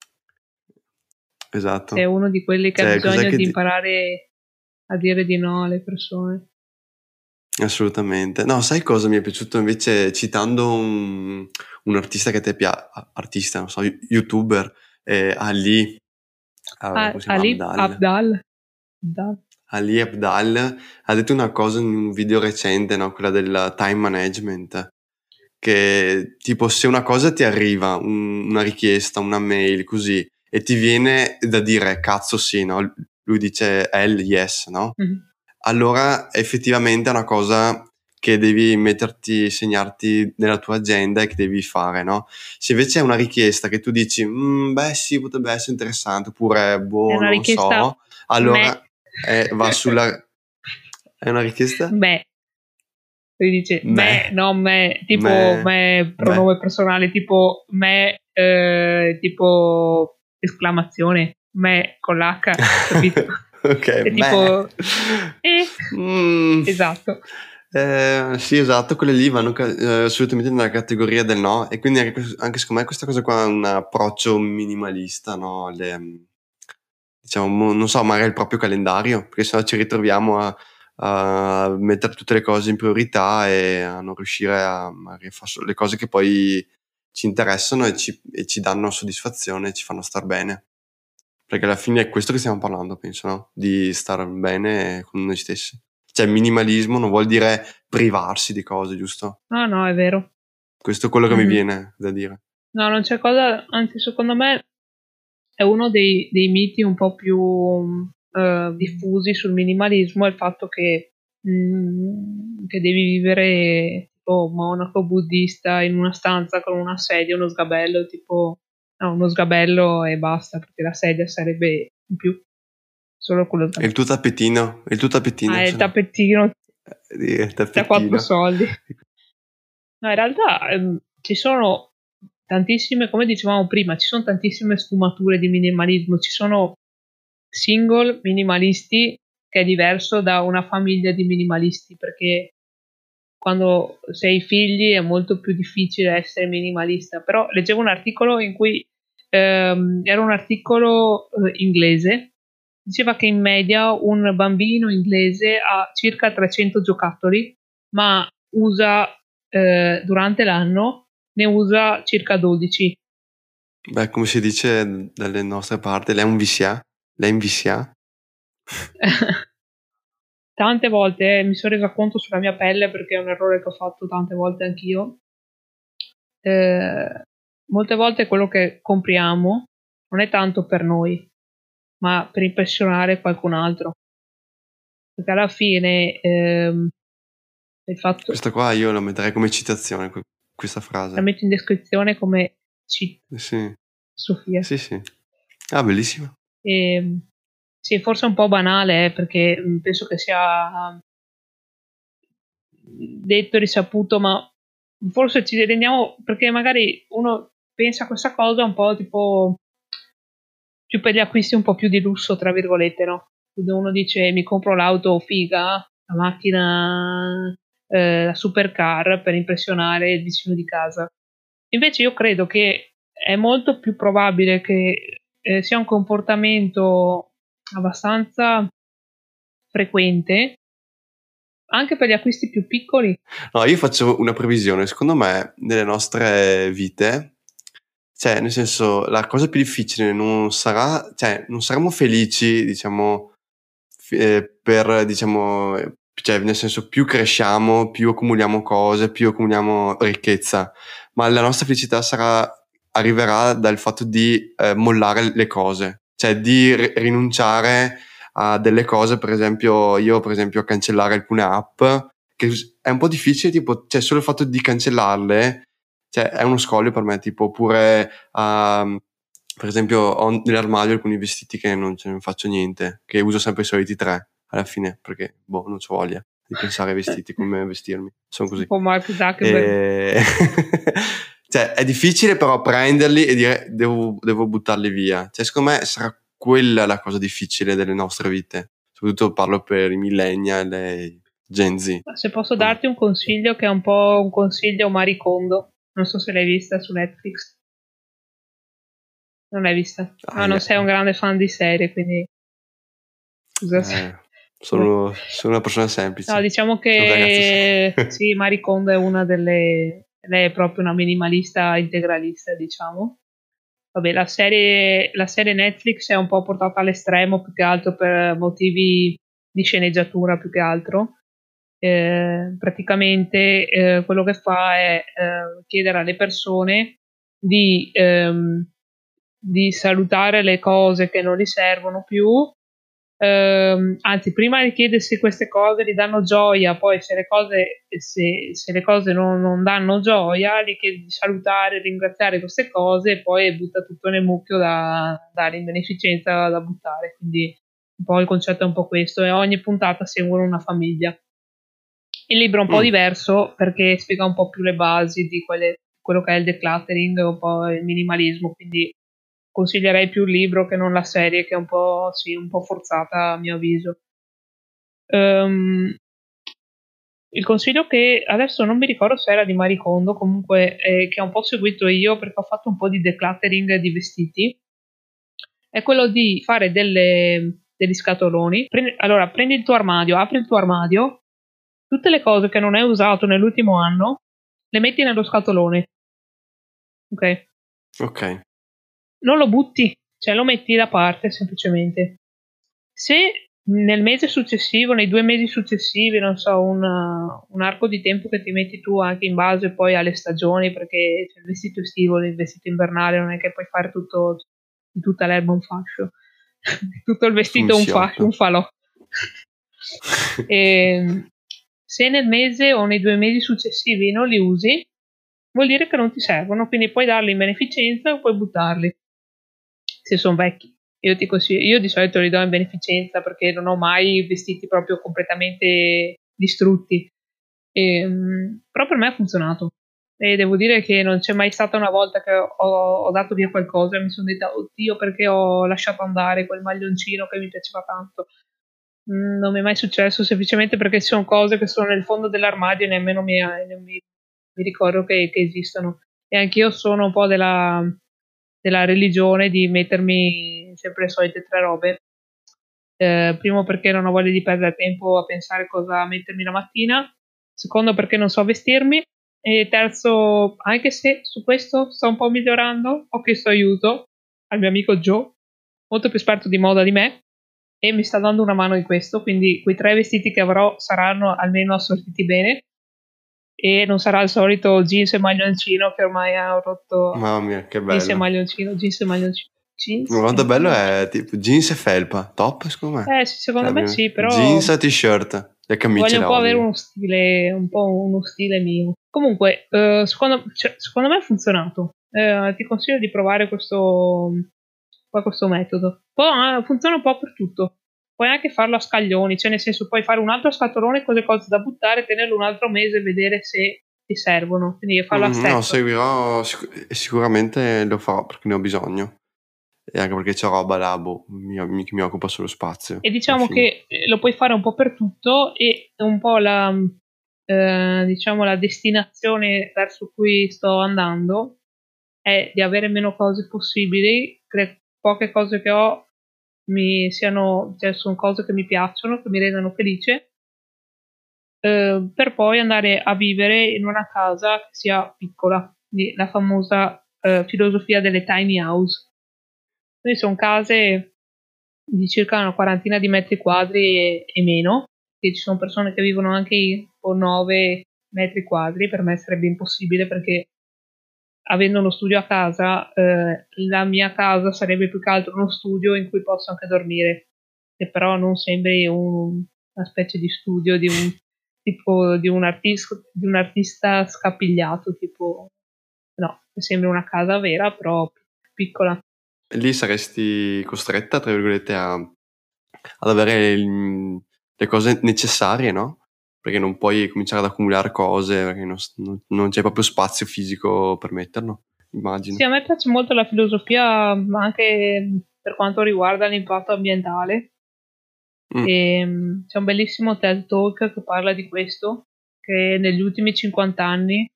Sei Esatto. uno di quelli che ha Cioè, cos'è bisogno che di imparare a dire di no alle persone. assolutamente. No, sai cosa mi è piaciuto invece, citando un artista che ti piace, artista, non so, youtuber, Ali, come si chiama? Ali Abdal. Abdal. Ali Abdal ha detto una cosa in un video recente, no? Quella del time management, che tipo se una cosa ti arriva, una richiesta, una mail così, e ti viene da dire cazzo sì, no? Lui dice yes, no? Mm-hmm. Allora effettivamente è una cosa che devi segnarti nella tua agenda e che devi fare, no? Se invece è una richiesta che tu dici, beh sì, potrebbe essere interessante, oppure È boh, una non richiesta so, allora va sulla... È una richiesta? me. Lui dice Me, me, non me, tipo me, me me. pronome personale, tipo me, tipo esclamazione, me con l'H, capito? Ok, È me. tipo esatto. Sì, esatto, quelle lì vanno assolutamente nella categoria del no, e quindi anche secondo me questa cosa qua è un approccio minimalista, no? Diciamo, non so, magari il proprio calendario, perché sennò ci ritroviamo a mettere tutte le cose in priorità e a non riuscire a magari fare solo le cose che poi ci interessano e ci danno soddisfazione e ci fanno star bene. Perché alla fine è questo che stiamo parlando, penso, no? Di stare bene con noi stessi. Cioè, minimalismo non vuol dire privarsi di cose, giusto? No, no, è vero. Questo è quello che mi Mm-hmm. viene da dire. No, non c'è cosa, anzi secondo me è uno dei miti un po' più diffusi sul minimalismo, è il fatto che devi vivere tipo monaco buddista in una stanza con una sedia, uno sgabello, tipo no, uno sgabello e basta, perché la sedia sarebbe in più, solo quello E il sgabello. tuo tappetino? E il tuo tappetino? Ah, il Se no? tappetino Il da 4 tappetino. soldi. No, in realtà ci sono tantissime, come dicevamo prima, ci sono tantissime sfumature di minimalismo, ci sono single minimalisti che è diverso da una famiglia di minimalisti, perché quando sei figli è molto più difficile essere minimalista. Però leggevo un articolo in cui era un articolo inglese, diceva che in media un bambino inglese ha circa 300 giocattoli, ma usa durante l'anno ne usa circa 12. Beh, come si dice dalle nostre parti, lei è un VCA? Lei è un VCA? Tante volte mi sono resa conto sulla mia pelle, perché è un errore che ho fatto tante volte anch'io. Molte volte quello che compriamo non è tanto per noi, ma per impressionare qualcun altro. Perché alla fine il fatto, Questa qua io la metterei come citazione, questa la frase. metto in descrizione come Sì, Sofia. sì, sì. Ah, bellissima. E, sì, forse è un po' banale, perché penso che sia detto e risaputo, ma forse ci rendiamo, perché magari uno pensa a questa cosa un po' tipo più per gli acquisti un po' più di lusso, tra virgolette, no? Dove uno dice mi compro l'auto figa, la macchina, la supercar per impressionare il vicino di casa. Invece io credo che è molto più probabile che sia un comportamento abbastanza frequente anche per gli acquisti più piccoli. No, io faccio una previsione. Secondo me, nelle nostre vite, cioè, nel senso, la cosa più difficile non sarà, cioè, non saremo felici, diciamo, per, diciamo, cioè, nel senso, più cresciamo, più accumuliamo cose, più accumuliamo ricchezza, ma la nostra felicità arriverà dal fatto di mollare le cose, cioè di rinunciare a delle cose. Per esempio, io, per esempio, a cancellare alcune app, che è un po' difficile, tipo, cioè, solo il fatto di cancellarle, cioè, è uno scoglio per me, tipo, oppure per esempio, ho nell'armadio alcuni vestiti che non ce ne faccio niente, che uso sempre i soliti 3 alla fine, perché boh, non c'ho voglia di pensare ai vestiti, come vestirmi, sono Un così. po' Mark Zuckerberg. E... cioè, è difficile però prenderli e dire devo buttarli via. Cioè, secondo me sarà quella la cosa difficile delle nostre vite. Soprattutto parlo per i millennial e i Gen Z. Se posso Secondo me. darti un consiglio, che è un po' un consiglio Marie Kondo, non so se l'hai vista su Netflix. Non l'hai vista? Ah, non Aia. sei un grande fan di serie, quindi scusa Eh, vabbè. sono una persona No, semplice. diciamo Sono un ragazzo che semplice. sì, Marie Kondo è una delle... Lei è proprio una minimalista integralista, diciamo. Vabbè, la serie Netflix è un po' portata all'estremo, più che altro per motivi di sceneggiatura, più che altro. Praticamente quello che fa è chiedere alle persone di salutare le cose che non gli servono più. Anzi, prima di chiedersi queste cose gli danno gioia, poi se le cose non danno gioia, gli chiede di salutare, ringraziare queste cose e poi butta tutto nel mucchio da dare in beneficenza da buttare. Quindi un po' il concetto è un po' questo, e ogni puntata seguono una famiglia. Il libro è un po' Mm. diverso, perché spiega un po' più le basi di quello che è il decluttering, un po' il minimalismo, quindi consiglierei più il libro che non la serie, che è un po', sì, un po' forzata a mio avviso. Ehm, il consiglio che adesso non mi ricordo se era di Marie Kondo, comunque che ho un po' seguito io perché ho fatto un po' di decluttering di vestiti, è quello di fare degli scatoloni. Allora, prendi il tuo armadio, apri il tuo armadio, tutte le cose che non hai usato nell'ultimo anno le metti nello scatolone, ok? Ok. Non lo butti, cioè lo metti da parte semplicemente. Se nel mese successivo, nei 2 mesi successivi, non so, un arco di tempo che ti metti tu anche in base poi alle stagioni, perché c'è il vestito estivo, il vestito invernale, non è che puoi fare tutto di tutta l'erba un fascio, di tutto il vestito un fascio, Funziona. un falò. E se nel mese o nei 2 mesi successivi non li usi, vuol dire che non ti servono, quindi puoi darli in beneficenza o puoi buttarli se sono vecchi. Io di solito li do in beneficenza perché non ho mai vestiti proprio completamente distrutti. Però per me ha funzionato. E devo dire che non c'è mai stata una volta che ho dato via qualcosa e mi sono detta, oddio, perché ho lasciato andare quel maglioncino che mi piaceva tanto. Non mi è mai successo, semplicemente perché ci sono cose che sono nel fondo dell'armadio e nemmeno mi ricordo che esistono. E anch'io sono un po' della religione di mettermi sempre le solite 3 robe. Primo perché non ho voglia di perdere tempo a pensare cosa mettermi la mattina, secondo perché non so vestirmi e terzo, anche se su questo sto un po' migliorando, ho chiesto aiuto al mio amico Joe, molto più esperto di moda di me, e mi sta dando una mano in questo, quindi quei 3 vestiti che avrò saranno almeno assortiti bene e non sarà il solito jeans e maglioncino che ormai ho rotto. Mamma mia, che Jeans e bello. maglioncino, jeans e maglioncino, Ma jeans e quanto bello maglioncino. è tipo jeans e felpa, top secondo me. Sì, secondo Cioè, me sì, però jeans e t-shirt, le camicie voglio un le po' avere odio. un po' uno stile mio. Comunque, secondo me ha funzionato. Ti consiglio di provare questo metodo. Poi funziona un po' per tutto. Puoi anche farlo a scaglioni, cioè nel senso puoi fare un altro scatolone con le cose da buttare, tenerlo un altro mese e vedere se ti servono. Quindi farlo a No, step. seguirò e sicuramente lo farò perché ne ho bisogno. E anche perché c'è roba là, boh, che mi occupa solo spazio, E alla diciamo fine. che lo puoi fare un po' per tutto e un po' diciamo, la destinazione verso cui sto andando è di avere meno cose possibili, poche cose che ho cioè sono cose che mi piacciono, che mi rendono felice, per poi andare a vivere in una casa che sia piccola, la famosa filosofia delle tiny house. Quindi sono case di circa una quarantina di metri quadri e meno, che ci sono persone che vivono anche con 9 metri quadri, per me sarebbe impossibile perché avendo uno studio a casa, la mia casa sarebbe più che altro uno studio in cui posso anche dormire, che però non sembri una specie di studio di un tipo di un artista scapigliato, tipo no, sembra una casa vera, però piccola. E lì saresti costretta, tra virgolette, ad avere le cose necessarie, no? Perché non puoi cominciare ad accumulare cose, perché non c'è proprio spazio fisico per metterlo, Sì, immagino. a me piace molto la filosofia anche per quanto riguarda l'impatto ambientale. Mm. C'è un bellissimo TED Talk che parla di questo, che negli ultimi 50 anni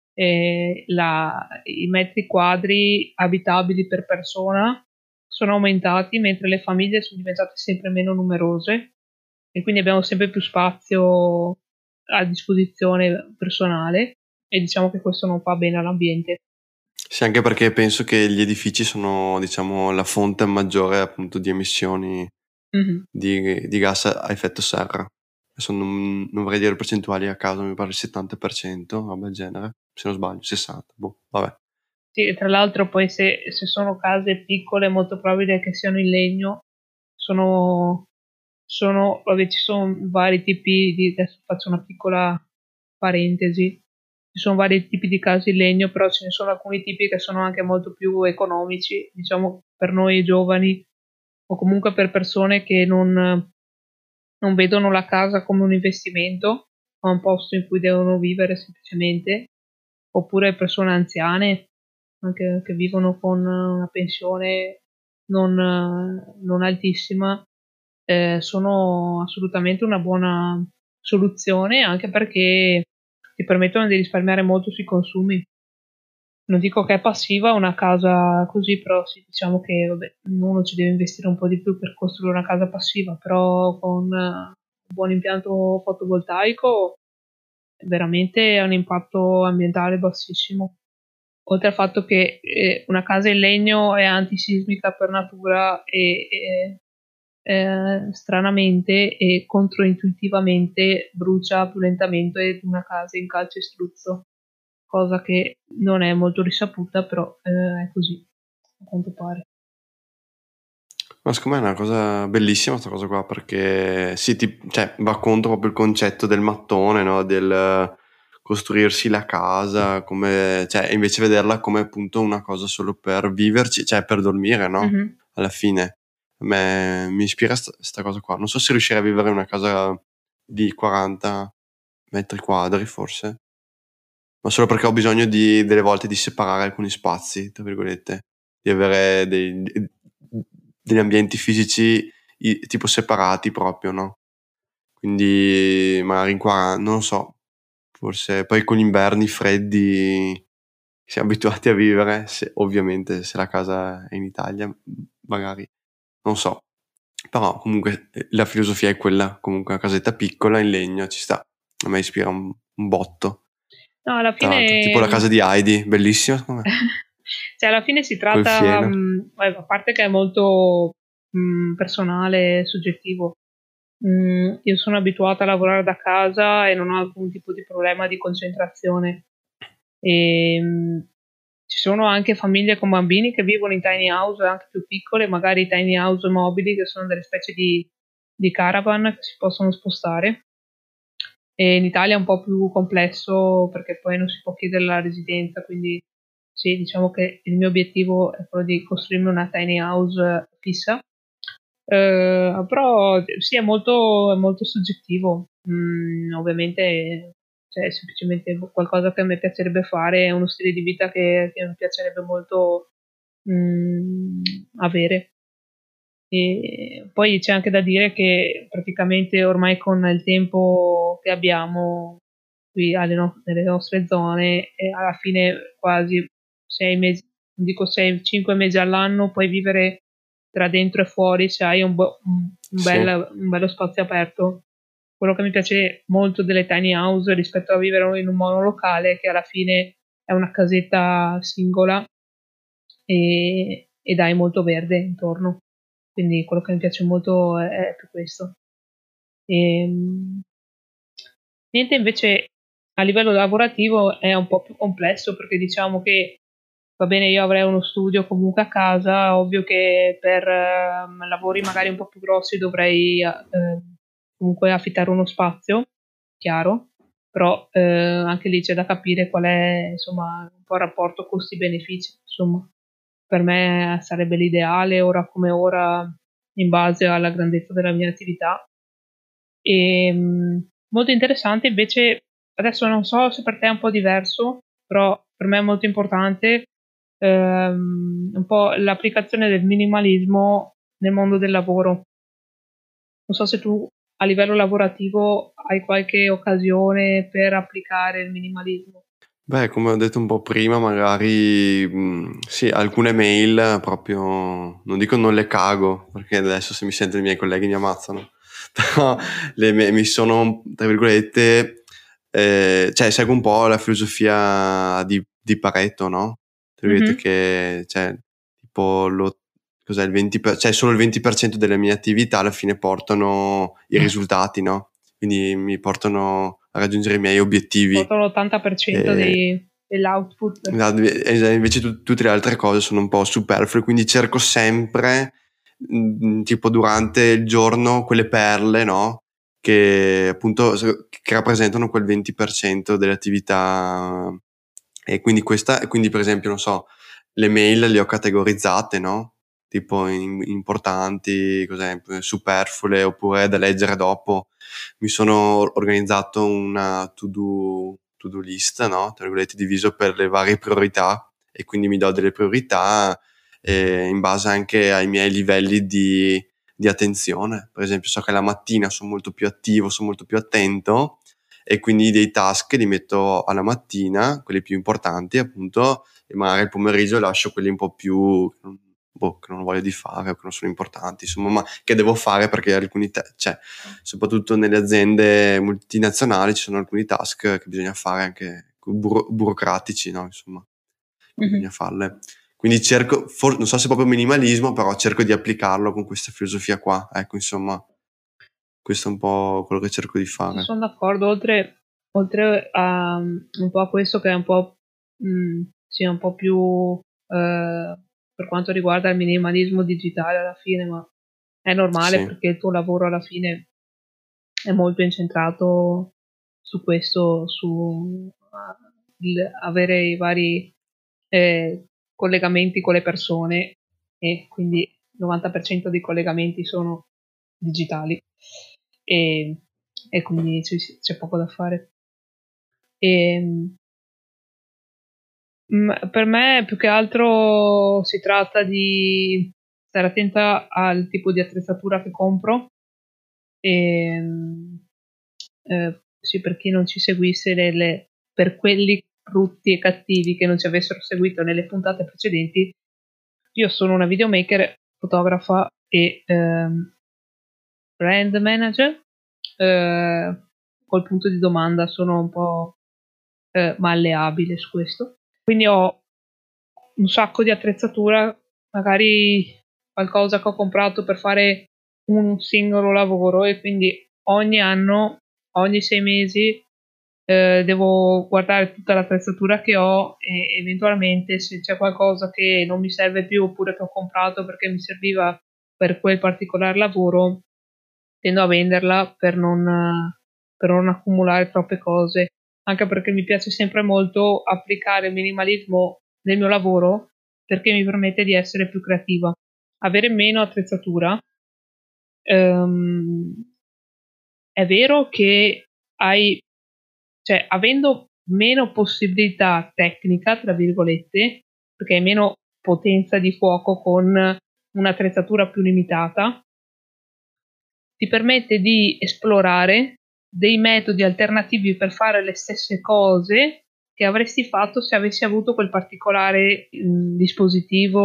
i metri quadri abitabili per persona sono aumentati mentre le famiglie sono diventate sempre meno numerose e quindi abbiamo sempre più spazio a disposizione personale e diciamo che questo non fa bene all'ambiente. Sì, anche perché penso che gli edifici sono, diciamo, la fonte maggiore appunto di emissioni Mhm. di gas a effetto serra. Adesso non vorrei dire percentuali a caso, mi pare il 70%, roba del genere, se non sbaglio, 60, boh, vabbè. Sì, e tra l'altro poi se sono case piccole è molto probabile che siano in legno, sono, vabbè, ci sono vari tipi adesso faccio una piccola parentesi, ci sono vari tipi di case in legno, però ce ne sono alcuni tipi che sono anche molto più economici, diciamo per noi giovani o comunque per persone che non vedono la casa come un investimento, ma un posto in cui devono vivere semplicemente, oppure persone anziane anche che vivono con una pensione non altissima, sono assolutamente una buona soluzione, anche perché ti permettono di risparmiare molto sui consumi. Non dico che è passiva una casa così, però sì, diciamo che vabbè, uno ci deve investire un po' di più per costruire una casa passiva, però con un buon impianto fotovoltaico veramente ha un impatto ambientale bassissimo. Oltre al fatto che una casa in legno è antisismica per natura e stranamente e controintuitivamente brucia più lentamente di una casa in calcestruzzo, cosa che non è molto risaputa, però è così, a quanto pare. Ma secondo me è una cosa bellissima questa cosa qua, perché sì, cioè, va contro proprio il concetto del mattone, no? Del costruirsi la casa, come, cioè, invece vederla come appunto una cosa solo per viverci, cioè per dormire, no? Mhm. Alla fine. A me mi ispira sta cosa qua. Non so se riuscirei a vivere in una casa di 40 metri quadri, forse, ma solo perché ho bisogno delle volte di separare alcuni spazi, tra virgolette, di avere degli ambienti fisici tipo separati proprio, no? Quindi magari in 40, non lo so, forse poi con gli inverni freddi siamo abituati a vivere, ovviamente se la casa è in Italia, magari, non so. Però comunque la filosofia è quella, comunque una casetta piccola in legno ci sta, a me ispira un botto. No, alla Tra l'altro, tipo la fine, casa di Heidi, bellissima secondo me, cioè alla fine si col tratta, fieno. a parte che è molto personale, soggettivo. Io sono abituata a lavorare da casa e non ho alcun tipo di problema di concentrazione. E, ci sono anche famiglie con bambini che vivono in tiny house anche più piccole, magari tiny house mobili che sono delle specie di caravan che si possono spostare. E in Italia è un po' più complesso perché poi non si può chiedere la residenza, quindi sì, diciamo che il mio obiettivo è quello di costruirmi una tiny house fissa. Però sì, è molto soggettivo. Ovviamente cioè, è semplicemente qualcosa che a me piacerebbe fare, è uno stile di vita che mi piacerebbe molto mm, avere. E poi c'è anche da dire che praticamente ormai con il tempo che abbiamo qui nelle nostre zone, alla fine quasi 6 mesi, dico 5 mesi all'anno puoi vivere tra dentro e fuori se hai Sì, un bello spazio aperto. Quello che mi piace molto delle tiny house rispetto a vivere in un monolocale è che alla fine è una casetta singola ed hai molto verde intorno. Quindi quello che mi piace molto è più questo. Ehm, Niente, invece a livello lavorativo è un po' più complesso perché diciamo che va bene, io avrei uno studio comunque a casa, ovvio che per lavori magari un po' più grossi dovrei comunque affittare uno spazio, chiaro, però anche lì c'è da capire qual è insomma un po' il rapporto costi-benefici, insomma. Per me sarebbe l'ideale ora come ora in base alla grandezza della mia attività. E, molto interessante invece, adesso non so se per te è un po' diverso, però per me è molto importante un po' l'applicazione del minimalismo nel mondo del lavoro. Non so se tu a livello lavorativo hai qualche occasione per applicare il minimalismo. beh, come ho detto un po' prima, magari sì, alcune mail proprio, non dico non le cago, perché adesso se mi sentono i miei colleghi mi ammazzano, però mi sono, tra virgolette, cioè seguo un po' la filosofia di Pareto, no? Tra virgolette Mhm. che, cioè, tipo, cos'è il 20%, cioè solo il 20% delle mie attività alla fine portano i risultati, no? Quindi mi portano a raggiungere i miei obiettivi. Porta l'80% E, dell'output. invece tutte le altre cose sono un po' superflue, quindi cerco sempre, tipo durante il giorno, quelle perle, no? Che appunto che rappresentano quel 20% delle attività. E quindi quindi per esempio, non so, le mail le ho categorizzate, no? Tipo importanti, cos'è, superflue oppure da leggere dopo. Mi sono organizzato una to-do list, no? Tra virgolette, diviso per le varie priorità e quindi mi do delle priorità in base anche ai miei livelli di attenzione. Per esempio, so che la mattina sono molto più attivo, sono molto più attento e quindi dei task li metto alla mattina, quelli più importanti appunto, e magari il pomeriggio lascio quelli un po' più che non ho voglia di fare o che non sono importanti, insomma, ma che devo fare perché alcuni cioè, soprattutto nelle aziende multinazionali ci sono alcuni task che bisogna fare anche burocratici, no? Insomma, bisogna Mhm. farle. Quindi non so se è proprio minimalismo, però cerco di applicarlo con questa filosofia qua. Ecco, insomma, questo è un po' quello che cerco di Sì, fare. sono d'accordo, oltre a un po' a questo che è un po', sì, un po' più per quanto riguarda il minimalismo digitale alla fine, ma è normale Sì, perché il tuo lavoro alla fine è molto incentrato su questo, su avere i vari collegamenti con le persone, e quindi il 90% dei collegamenti sono digitali e, e quindi c'è poco da fare. E, per me più che altro si tratta di stare attenta al tipo di attrezzatura che compro e sì, per chi non ci seguisse per quelli brutti e cattivi che non ci avessero seguito nelle puntate precedenti, io sono una videomaker, fotografa e brand manager. Col punto di domanda sono un po' malleabile su questo. Quindi ho un sacco di attrezzatura, magari qualcosa che ho comprato per fare un singolo lavoro, e quindi ogni anno, ogni 6 mesi, devo guardare tutta l'attrezzatura che ho e eventualmente se c'è qualcosa che non mi serve più oppure che ho comprato perché mi serviva per quel particolare lavoro, tendo a venderla per non accumulare troppe cose, anche perché mi piace sempre molto applicare il minimalismo nel mio lavoro perché mi permette di essere più creativa. Avere meno attrezzatura, ehm, è vero che cioè, avendo meno possibilità tecnica, tra virgolette, perché hai meno potenza di fuoco con un'attrezzatura più limitata, ti permette di esplorare dei metodi alternativi per fare le stesse cose che avresti fatto se avessi avuto quel particolare dispositivo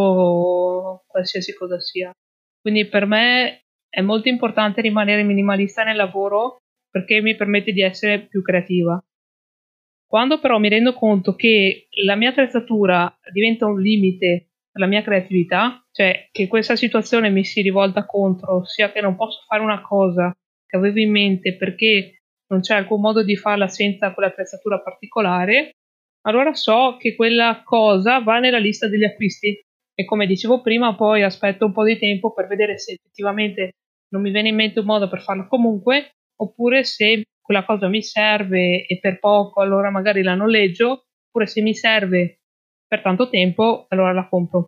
o qualsiasi cosa sia. Quindi per me è molto importante rimanere minimalista nel lavoro perché mi permette di essere più creativa. Quando però mi rendo conto che la mia attrezzatura diventa un limite per la mia creatività, cioè che questa situazione mi si rivolta contro, ossia che non posso fare una cosa che avevo in mente perché non c'è alcun modo di farla senza quell'attrezzatura particolare, allora so che quella cosa va nella lista degli acquisti e, come dicevo prima, poi aspetto un po' di tempo per vedere se effettivamente non mi viene in mente un modo per farlo comunque, oppure se quella cosa mi serve e per poco, allora magari la noleggio, oppure se mi serve per tanto tempo, allora la compro.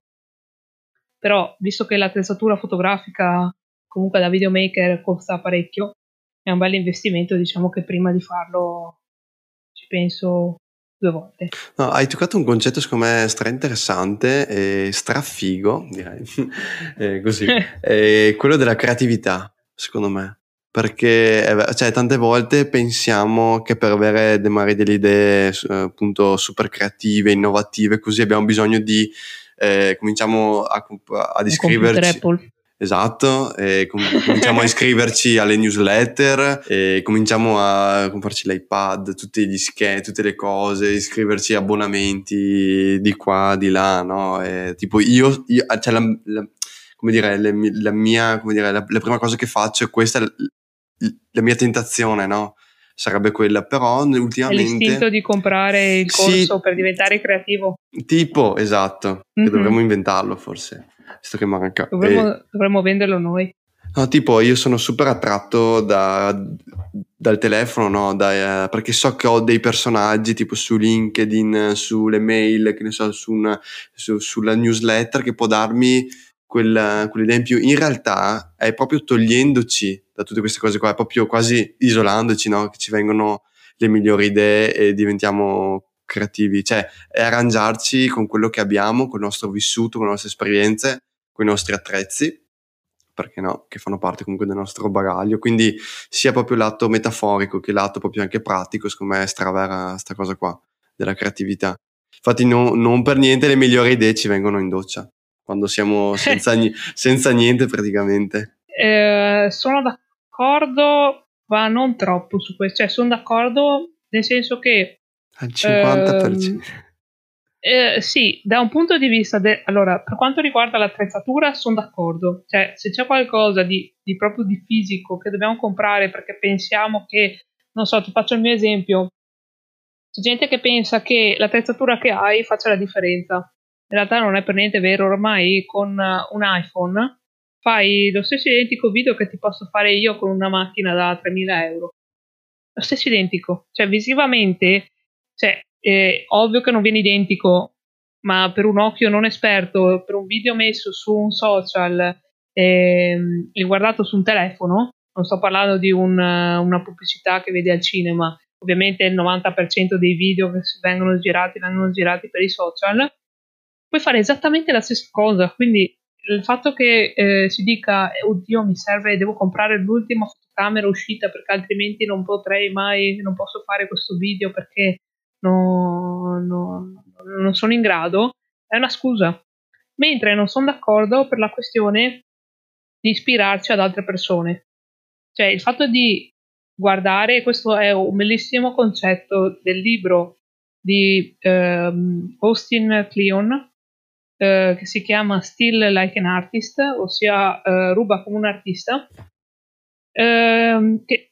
Però, visto che l'attrezzatura fotografica comunque da videomaker costa parecchio, è un bel investimento, diciamo che prima di farlo ci penso 2 volte. No, hai toccato un concetto secondo me stra interessante e strafigo, direi, così, quello della creatività, secondo me, perché cioè, tante volte pensiamo che per avere magari delle idee appunto super creative, innovative, così abbiamo bisogno di cominciamo ad Un computer iscriverci. Apple. Esatto, e cominciamo a iscriverci alle newsletter e cominciamo a comprarci l'iPad, tutti gli schemi, tutte le cose, iscriverci a abbonamenti di qua, di là, no? E tipo cioè come dire, la mia, come dire, la prima cosa che faccio è questa, la mia tentazione, no? Sarebbe quella, però È l'istinto ultimamente di comprare il corso sì, per diventare creativo. tipo, esatto, che dovremmo Mhm. inventarlo forse, visto che manca. Dovremmo venderlo noi. No, tipo io sono super attratto dal telefono, no? Perché so che ho dei personaggi tipo su LinkedIn, sulle mail, che ne so, sulla newsletter che può darmi quell'idea in più. In realtà è proprio togliendoci da tutte queste cose qua, è proprio quasi isolandoci, no? Che ci vengono le migliori idee e diventiamo creativi. Cioè, è arrangiarci con quello che abbiamo, con il nostro vissuto, con le nostre esperienze, con i nostri attrezzi, perché no, che fanno parte comunque del nostro bagaglio, quindi sia proprio lato metaforico che lato proprio anche pratico, secondo me è stravera sta cosa qua, della creatività. Infatti non per niente le migliori idee ci vengono in doccia, quando siamo senza niente praticamente. Sono d'accordo, ma non troppo su questo. Cioè, sono d'accordo nel senso che Al 50%. ehm, sì, da un punto di vista allora, per quanto riguarda l'attrezzatura, sono d'accordo. Cioè, se c'è qualcosa di proprio di fisico che dobbiamo comprare perché pensiamo che, non so, ti faccio il mio esempio. C'è gente che pensa che l'attrezzatura che hai faccia la differenza. In realtà non è per niente vero. Ormai con un iPhone fai lo stesso identico video che ti posso fare io con una macchina da 3.000 euro. Lo stesso identico. Cioè, visivamente, cioè, ovvio che non viene identico, ma per un occhio non esperto, per un video messo su un social e guardato su un telefono, non sto parlando di una pubblicità che vedi al cinema, ovviamente il 90% dei video che vengono girati per i social, puoi fare esattamente la stessa cosa. Quindi il fatto che si dica oddio mi serve, devo comprare l'ultima fotocamera uscita perché altrimenti non posso fare questo video perché non sono in grado, è una scusa. Mentre non sono d'accordo per la questione di ispirarci ad altre persone. Cioè il fatto di guardare, questo è un bellissimo concetto del libro di Austin Kleon, che si chiama Still Like an Artist, ossia ruba come un artista, che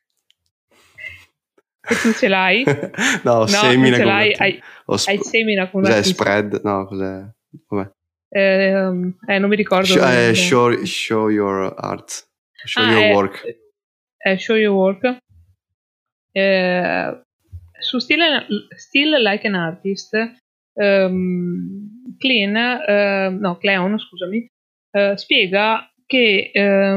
tu ce l'hai? No, semina non ce come l'hai, hai semina come un cos'è artista. spread? No, cos'è? Vabbè. Non mi ricordo. Show your art. Show your work. Show your work. Su Still Like an Artist, Cleon, scusami, spiega che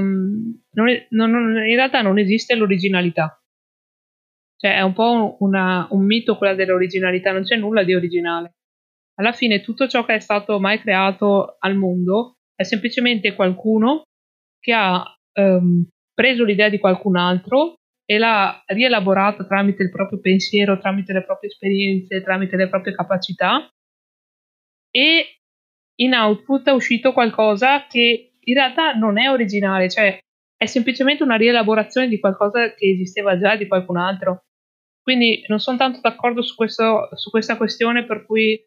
in realtà non esiste l'originalità. Cioè è un po' un mito quella dell'originalità, non c'è nulla di originale. Alla fine tutto ciò che è stato mai creato al mondo è semplicemente qualcuno che ha preso l'idea di qualcun altro e l'ha rielaborata tramite il proprio pensiero, tramite le proprie esperienze, tramite le proprie capacità, e in output è uscito qualcosa che in realtà non è originale, cioè è semplicemente una rielaborazione di qualcosa che esisteva già di qualcun altro. Quindi non sono tanto d'accordo su questa questione per cui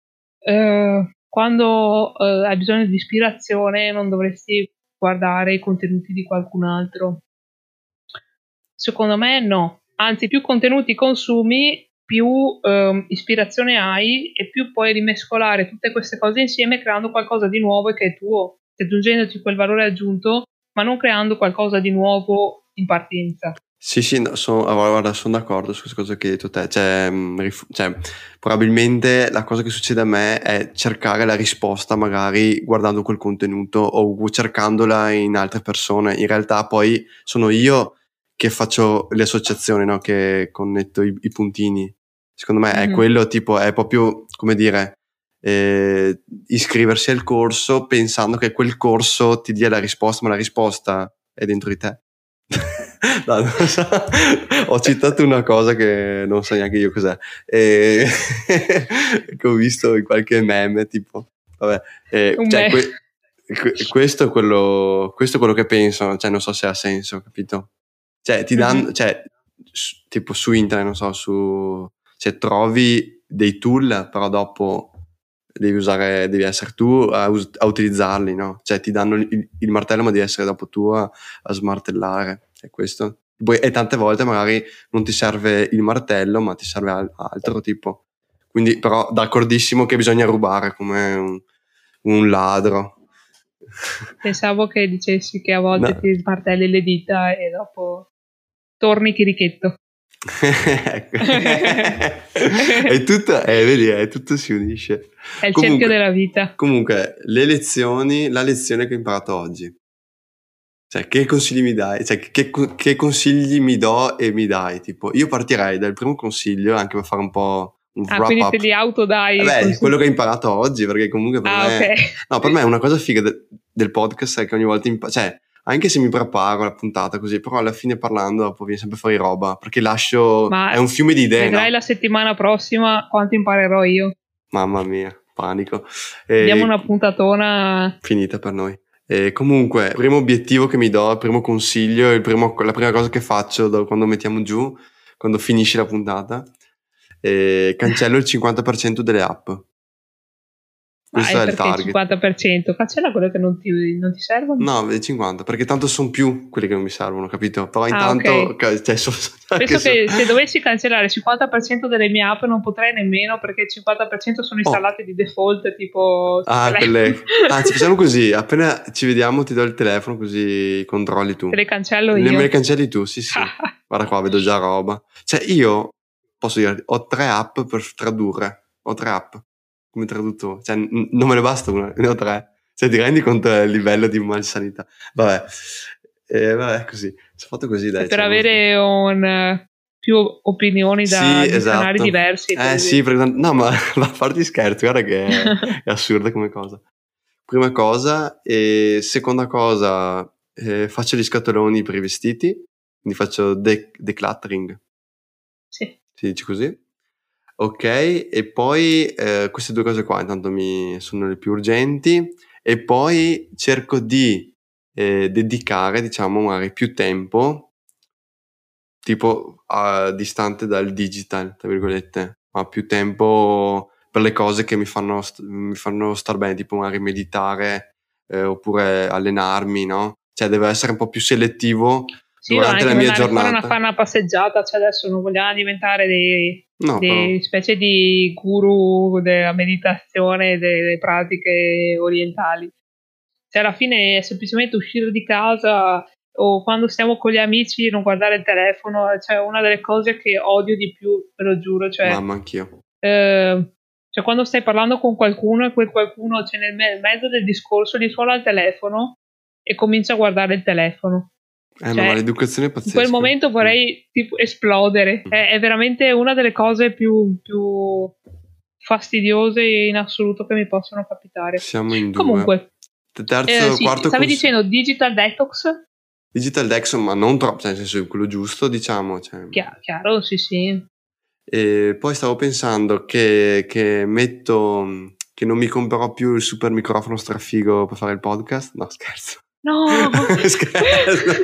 quando hai bisogno di ispirazione non dovresti guardare i contenuti di qualcun altro. Secondo me no, anzi più contenuti consumi, più ispirazione hai e più puoi rimescolare tutte queste cose insieme creando qualcosa di nuovo e che è tuo, aggiungendoti quel valore aggiunto, ma non creando qualcosa di nuovo in partenza. Sì, no, sono d'accordo su questa cosa che hai detto te. Cioè, probabilmente la cosa che succede a me è cercare la risposta magari guardando quel contenuto o cercandola in altre persone. In realtà poi sono io che faccio le associazioni, no? Che connetto i puntini. Secondo me è quello, tipo, è proprio, come dire, iscriversi al corso pensando che quel corso ti dia la risposta, ma la risposta è dentro di te. No, non so. Ho citato una cosa che non so neanche io cos'è, che ho visto in qualche meme, tipo, vabbè, cioè, questo è quello che penso, cioè non so se ha senso, capito? Cioè ti danno, cioè, tipo su internet, non so, cioè trovi dei tool, però dopo devi essere tu a utilizzarli, no? Cioè ti danno il martello, ma devi essere dopo tu a smartellare. È questo. E tante volte magari non ti serve il martello, ma ti serve altro tipo. Quindi, però, d'accordissimo che bisogna rubare come un ladro. Pensavo che dicessi che a volte ti smartelli le dita e dopo torni chirichetto. Ecco. È tutto si unisce. È il cerchio della vita. Comunque, la lezione che ho imparato oggi. Cioè, che consigli mi dai? Cioè, che consigli mi do e mi dai? Tipo, io partirei dal primo consiglio, anche per fare un po' un wrap quindi up. te li autodai? Beh, quello che ho imparato oggi, perché comunque per me... Okay. No, per me è una cosa figa del podcast è che ogni volta... cioè, anche se mi preparo la puntata così, però alla fine parlando dopo viene sempre fuori roba, perché è un fiume di idee, vedrai, no? La settimana prossima quanto imparerò io. Mamma mia, panico. Diamo una puntatona... Finita per noi. E comunque, il primo obiettivo che mi do, il primo consiglio, la prima cosa che faccio quando mettiamo giù, quando finisce la puntata, cancello il 50% delle app. Questo è il perché il target. 50%? Cancella quello che non ti servono? No, il 50, perché tanto sono più quelli che non mi servono, capito? Però intanto, ok. cioè, Penso che se dovessi cancellare il 50% delle mie app non potrei nemmeno, perché il 50% sono installate di default, tipo sul telefono. Anzi, facciamo così, appena ci vediamo ti do il telefono così controlli tu. Te le cancello Me io. le cancelli tu, sì. Guarda qua, vedo già roba. Cioè io, posso dire, ho 3 app per tradurre. Ho 3 app come traduttore. Cioè non me ne basta una, ne ho 3. Cioè ti rendi conto del livello di malsanità? Vabbè, così. Sono fatto così, dai. Per avere più opinioni da Sì, dizionari esatto. diversi. Sì, no, ma a farti scherzi, guarda che è assurda come cosa. Prima cosa, e seconda cosa, faccio gli scatoloni per i vestiti, quindi faccio decluttering. Sì. Si dice così? Ok, e poi queste 2 cose qua intanto sono le più urgenti, e poi cerco di dedicare, diciamo, magari più tempo, tipo distante dal digital, tra virgolette, ma più tempo per le cose che mi fanno star bene, tipo magari meditare oppure allenarmi, no? Cioè deve essere un po' più selettivo Sì, o durante anche la mia andare fuori a giornata. fare una passeggiata, cioè adesso non vogliamo diventare No, però specie di guru della meditazione e delle pratiche orientali. Cioè alla fine è semplicemente uscire di casa, o quando stiamo con gli amici non guardare il telefono, cioè una delle cose che odio di più, ve lo giuro, mamma, anch'io. cioè quando stai parlando con qualcuno e quel qualcuno c'è nel mezzo del discorso, gli suona il telefono e comincia a guardare il telefono. No, ma Cioè, l'educazione è in quel pazzesca. momento vorrei tipo esplodere. È veramente una delle cose più fastidiose in assoluto che mi possono capitare. Siamo in 2. Comunque, Terzo, sì, quarto stavi dicendo digital detox? Digital Dex, ma non troppo, cioè nel senso quello giusto, diciamo. Cioè. Chiaro, sì. E poi stavo pensando che che non mi comprerò più il super microfono strafigo per fare il podcast. No, scherzo. No! Scherzo.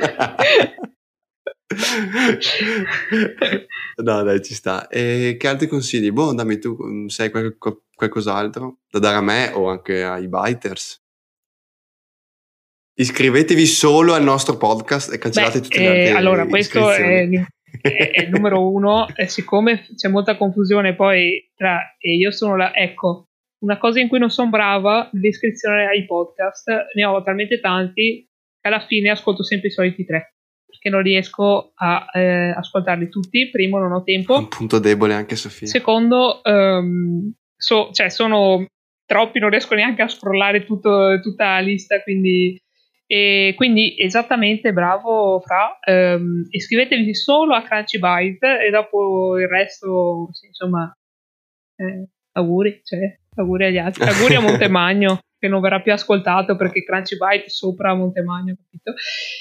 No, dai, ci sta. E che altri consigli? Boh, dammi tu, sai qualcos'altro da dare a me o anche ai biters? Iscrivetevi solo al nostro podcast e cancellate tutte le altre allora, questo è iscrizioni. il numero uno, e siccome c'è molta confusione poi e io sono ecco, una cosa in cui non sono brava, l'iscrizione ai podcast, ne ho talmente tanti che alla fine ascolto sempre i soliti 3, perché non riesco a ascoltarli tutti. Primo, non ho tempo. Un punto debole anche Sofia. Secondo, cioè sono troppi, non riesco neanche a scrollare tutta la lista, quindi esattamente, bravo Fra, iscrivetevi solo a Crunchy Byte e dopo il resto, sì, insomma, auguri agli altri, auguri a Montemagno che non verrà più ascoltato perché Crunchy Byte è sopra Montemagno, capito?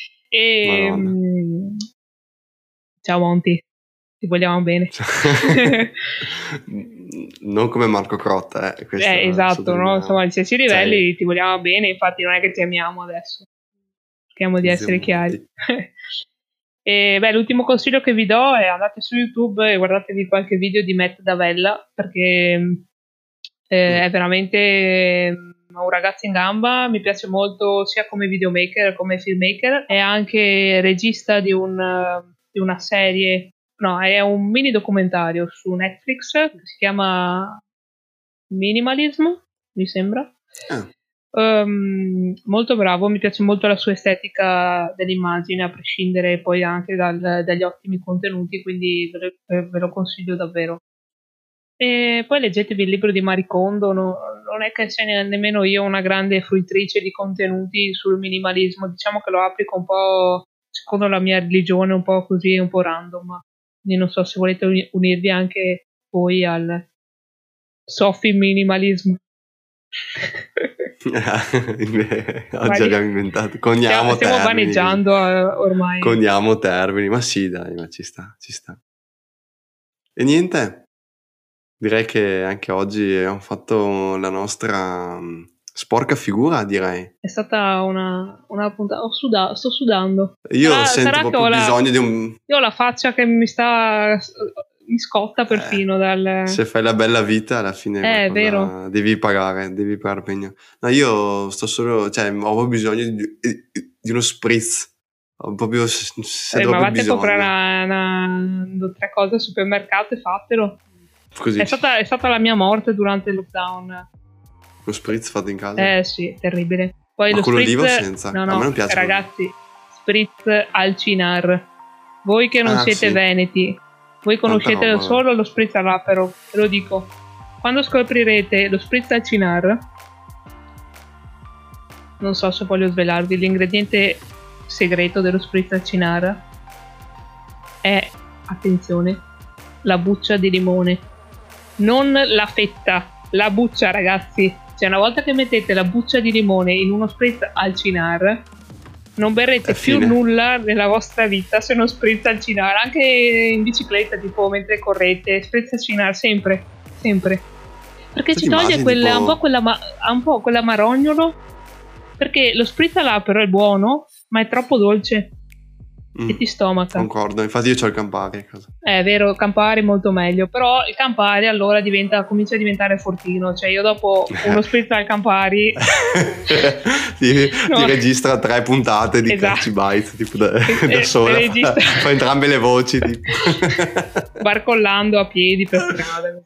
Ciao Monti, ti vogliamo bene. Non come Marco Crotta, esatto, no? Insomma, a qualsiasi livelli ti vogliamo bene, infatti non è che ti amiamo adesso, cerchiamo di essere chiari. E l'ultimo consiglio che vi do è: andate su YouTube e guardatevi qualche video di Matt Davella, perché è veramente un ragazzo in gamba. Mi piace molto sia come videomaker come filmmaker. È anche regista di una serie, no, è un mini documentario su Netflix che si chiama Minimalism, mi sembra. Molto bravo, mi piace molto la sua estetica dell'immagine, a prescindere poi anche dagli ottimi contenuti, quindi ve lo consiglio davvero. E poi leggetevi il libro di Marie Kondo. Non è che sia nemmeno io una grande fruitrice di contenuti sul minimalismo, diciamo che lo applico un po' secondo la mia religione, un po' così, un po' random, quindi non so se volete unirvi anche voi al Sophie minimalismo. Oggi abbiamo inventato, coniamo stiamo vaneggiando ormai. Coniamo termini, ma sì, dai, ma ci sta. E niente, direi che anche oggi abbiamo fatto la nostra sporca figura, direi. È stata una puntata. Sto sudando. Io sento proprio bisogno di un... Io ho la faccia che mi sta mi scotta perfino se fai la bella vita alla fine è vero. devi pagare pegno. No, io sto solo, cioè ho proprio bisogno di uno spritz. Ho proprio se Ma vatti bisogno. a comprare 3 cose al supermercato e fatelo. Così. È stata la mia morte durante il lockdown. Lo spritz fatto in casa? Sì, terribile. Poi ma lo con spritz, l'oliva o senza? no, A me non piace. ragazzi, spritz al Cinar. Voi che non siete sì. veneti, voi conoscete solo lo spritz all'apero, ve lo dico. Quando scoprirete lo spritz al Cinar, non so se voglio svelarvi, l'ingrediente segreto dello spritz al Cinar è, attenzione, la buccia di limone, non la fetta, la buccia, ragazzi. Cioè, una volta che mettete la buccia di limone in uno spritz al Cinar, non berrete più nulla nella vostra vita se non spritz al Cinar, anche in bicicletta, tipo mentre correte, spritz al Cinar sempre, perché ci toglie un po' quella marognolo, perché lo spritz all'apero è buono, ma è troppo dolce e ti stomaca. Concordo, infatti io c'ho il Campari a casa. È vero, Campari è molto meglio, però il Campari allora comincia a diventare fortino, cioè io dopo uno spritz al Campari ti registra 3 puntate di Crunchy Bite tipo da sola, fa entrambe le voci tipo. Barcollando a piedi per strada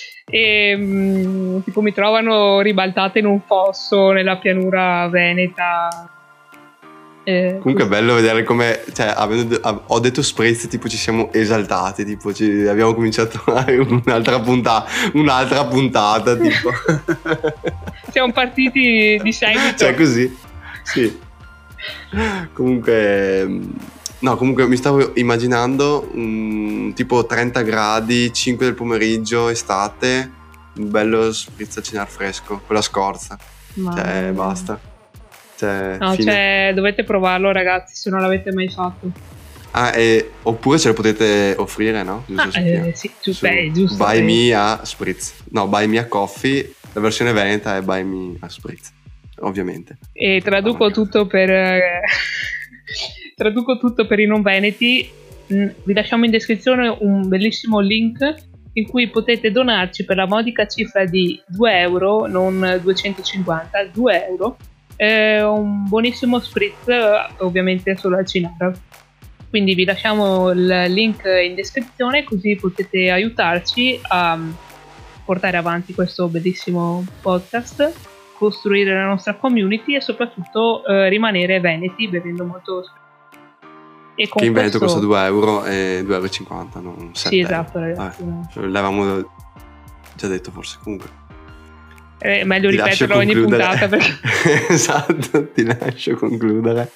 e tipo mi trovano ribaltata in un fosso nella pianura veneta. Comunque è bello vedere come, cioè, ho detto spritz, tipo ci siamo esaltati, tipo abbiamo cominciato un'altra puntata tipo. Siamo partiti di seguito, cioè così, sì. Comunque mi stavo immaginando tipo 30 gradi, 5 del pomeriggio, estate, un bello spritz al Cinar fresco con la scorza. Cioè basta. Dovete provarlo, ragazzi, se non l'avete mai fatto. Oppure ce lo potete offrire, no? Giusto. Giusto. Buy me a spritz. No, buy me a coffee. La versione veneta è buy me a spritz, ovviamente. E traduco tutto per i non veneti. Vi lasciamo in descrizione un bellissimo link in cui potete donarci per la modica cifra di 2 euro, non 250, 2 euro. Un buonissimo spritz, ovviamente solo al Cinar. Quindi vi lasciamo il link in descrizione, così potete aiutarci a portare avanti questo bellissimo podcast, costruire la nostra community e soprattutto rimanere veneti bevendo molto spritz. E che in Veneto costa 2 euro e 2,50 euro, non 7 Sì, esatto, ragazzi. L'avevamo già detto forse, comunque. È meglio ripeterlo ogni puntata perché... Esatto, ti lascio concludere.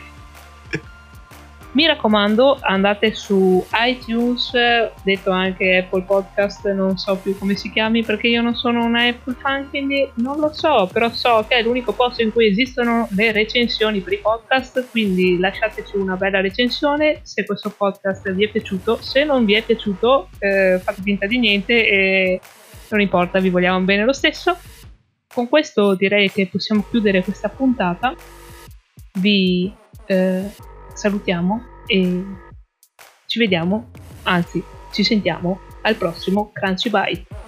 Mi raccomando, andate su iTunes, detto anche Apple Podcast, non so più come si chiami perché io non sono una Apple fan, quindi non lo so, però so che è l'unico posto in cui esistono le recensioni per i podcast, quindi lasciateci una bella recensione se questo podcast vi è piaciuto. Se non vi è piaciuto, fate finta di niente e non importa, vi vogliamo bene lo stesso. Con questo direi che possiamo chiudere questa puntata. Vi salutiamo e ci vediamo, anzi ci sentiamo al prossimo Crunchy Bite.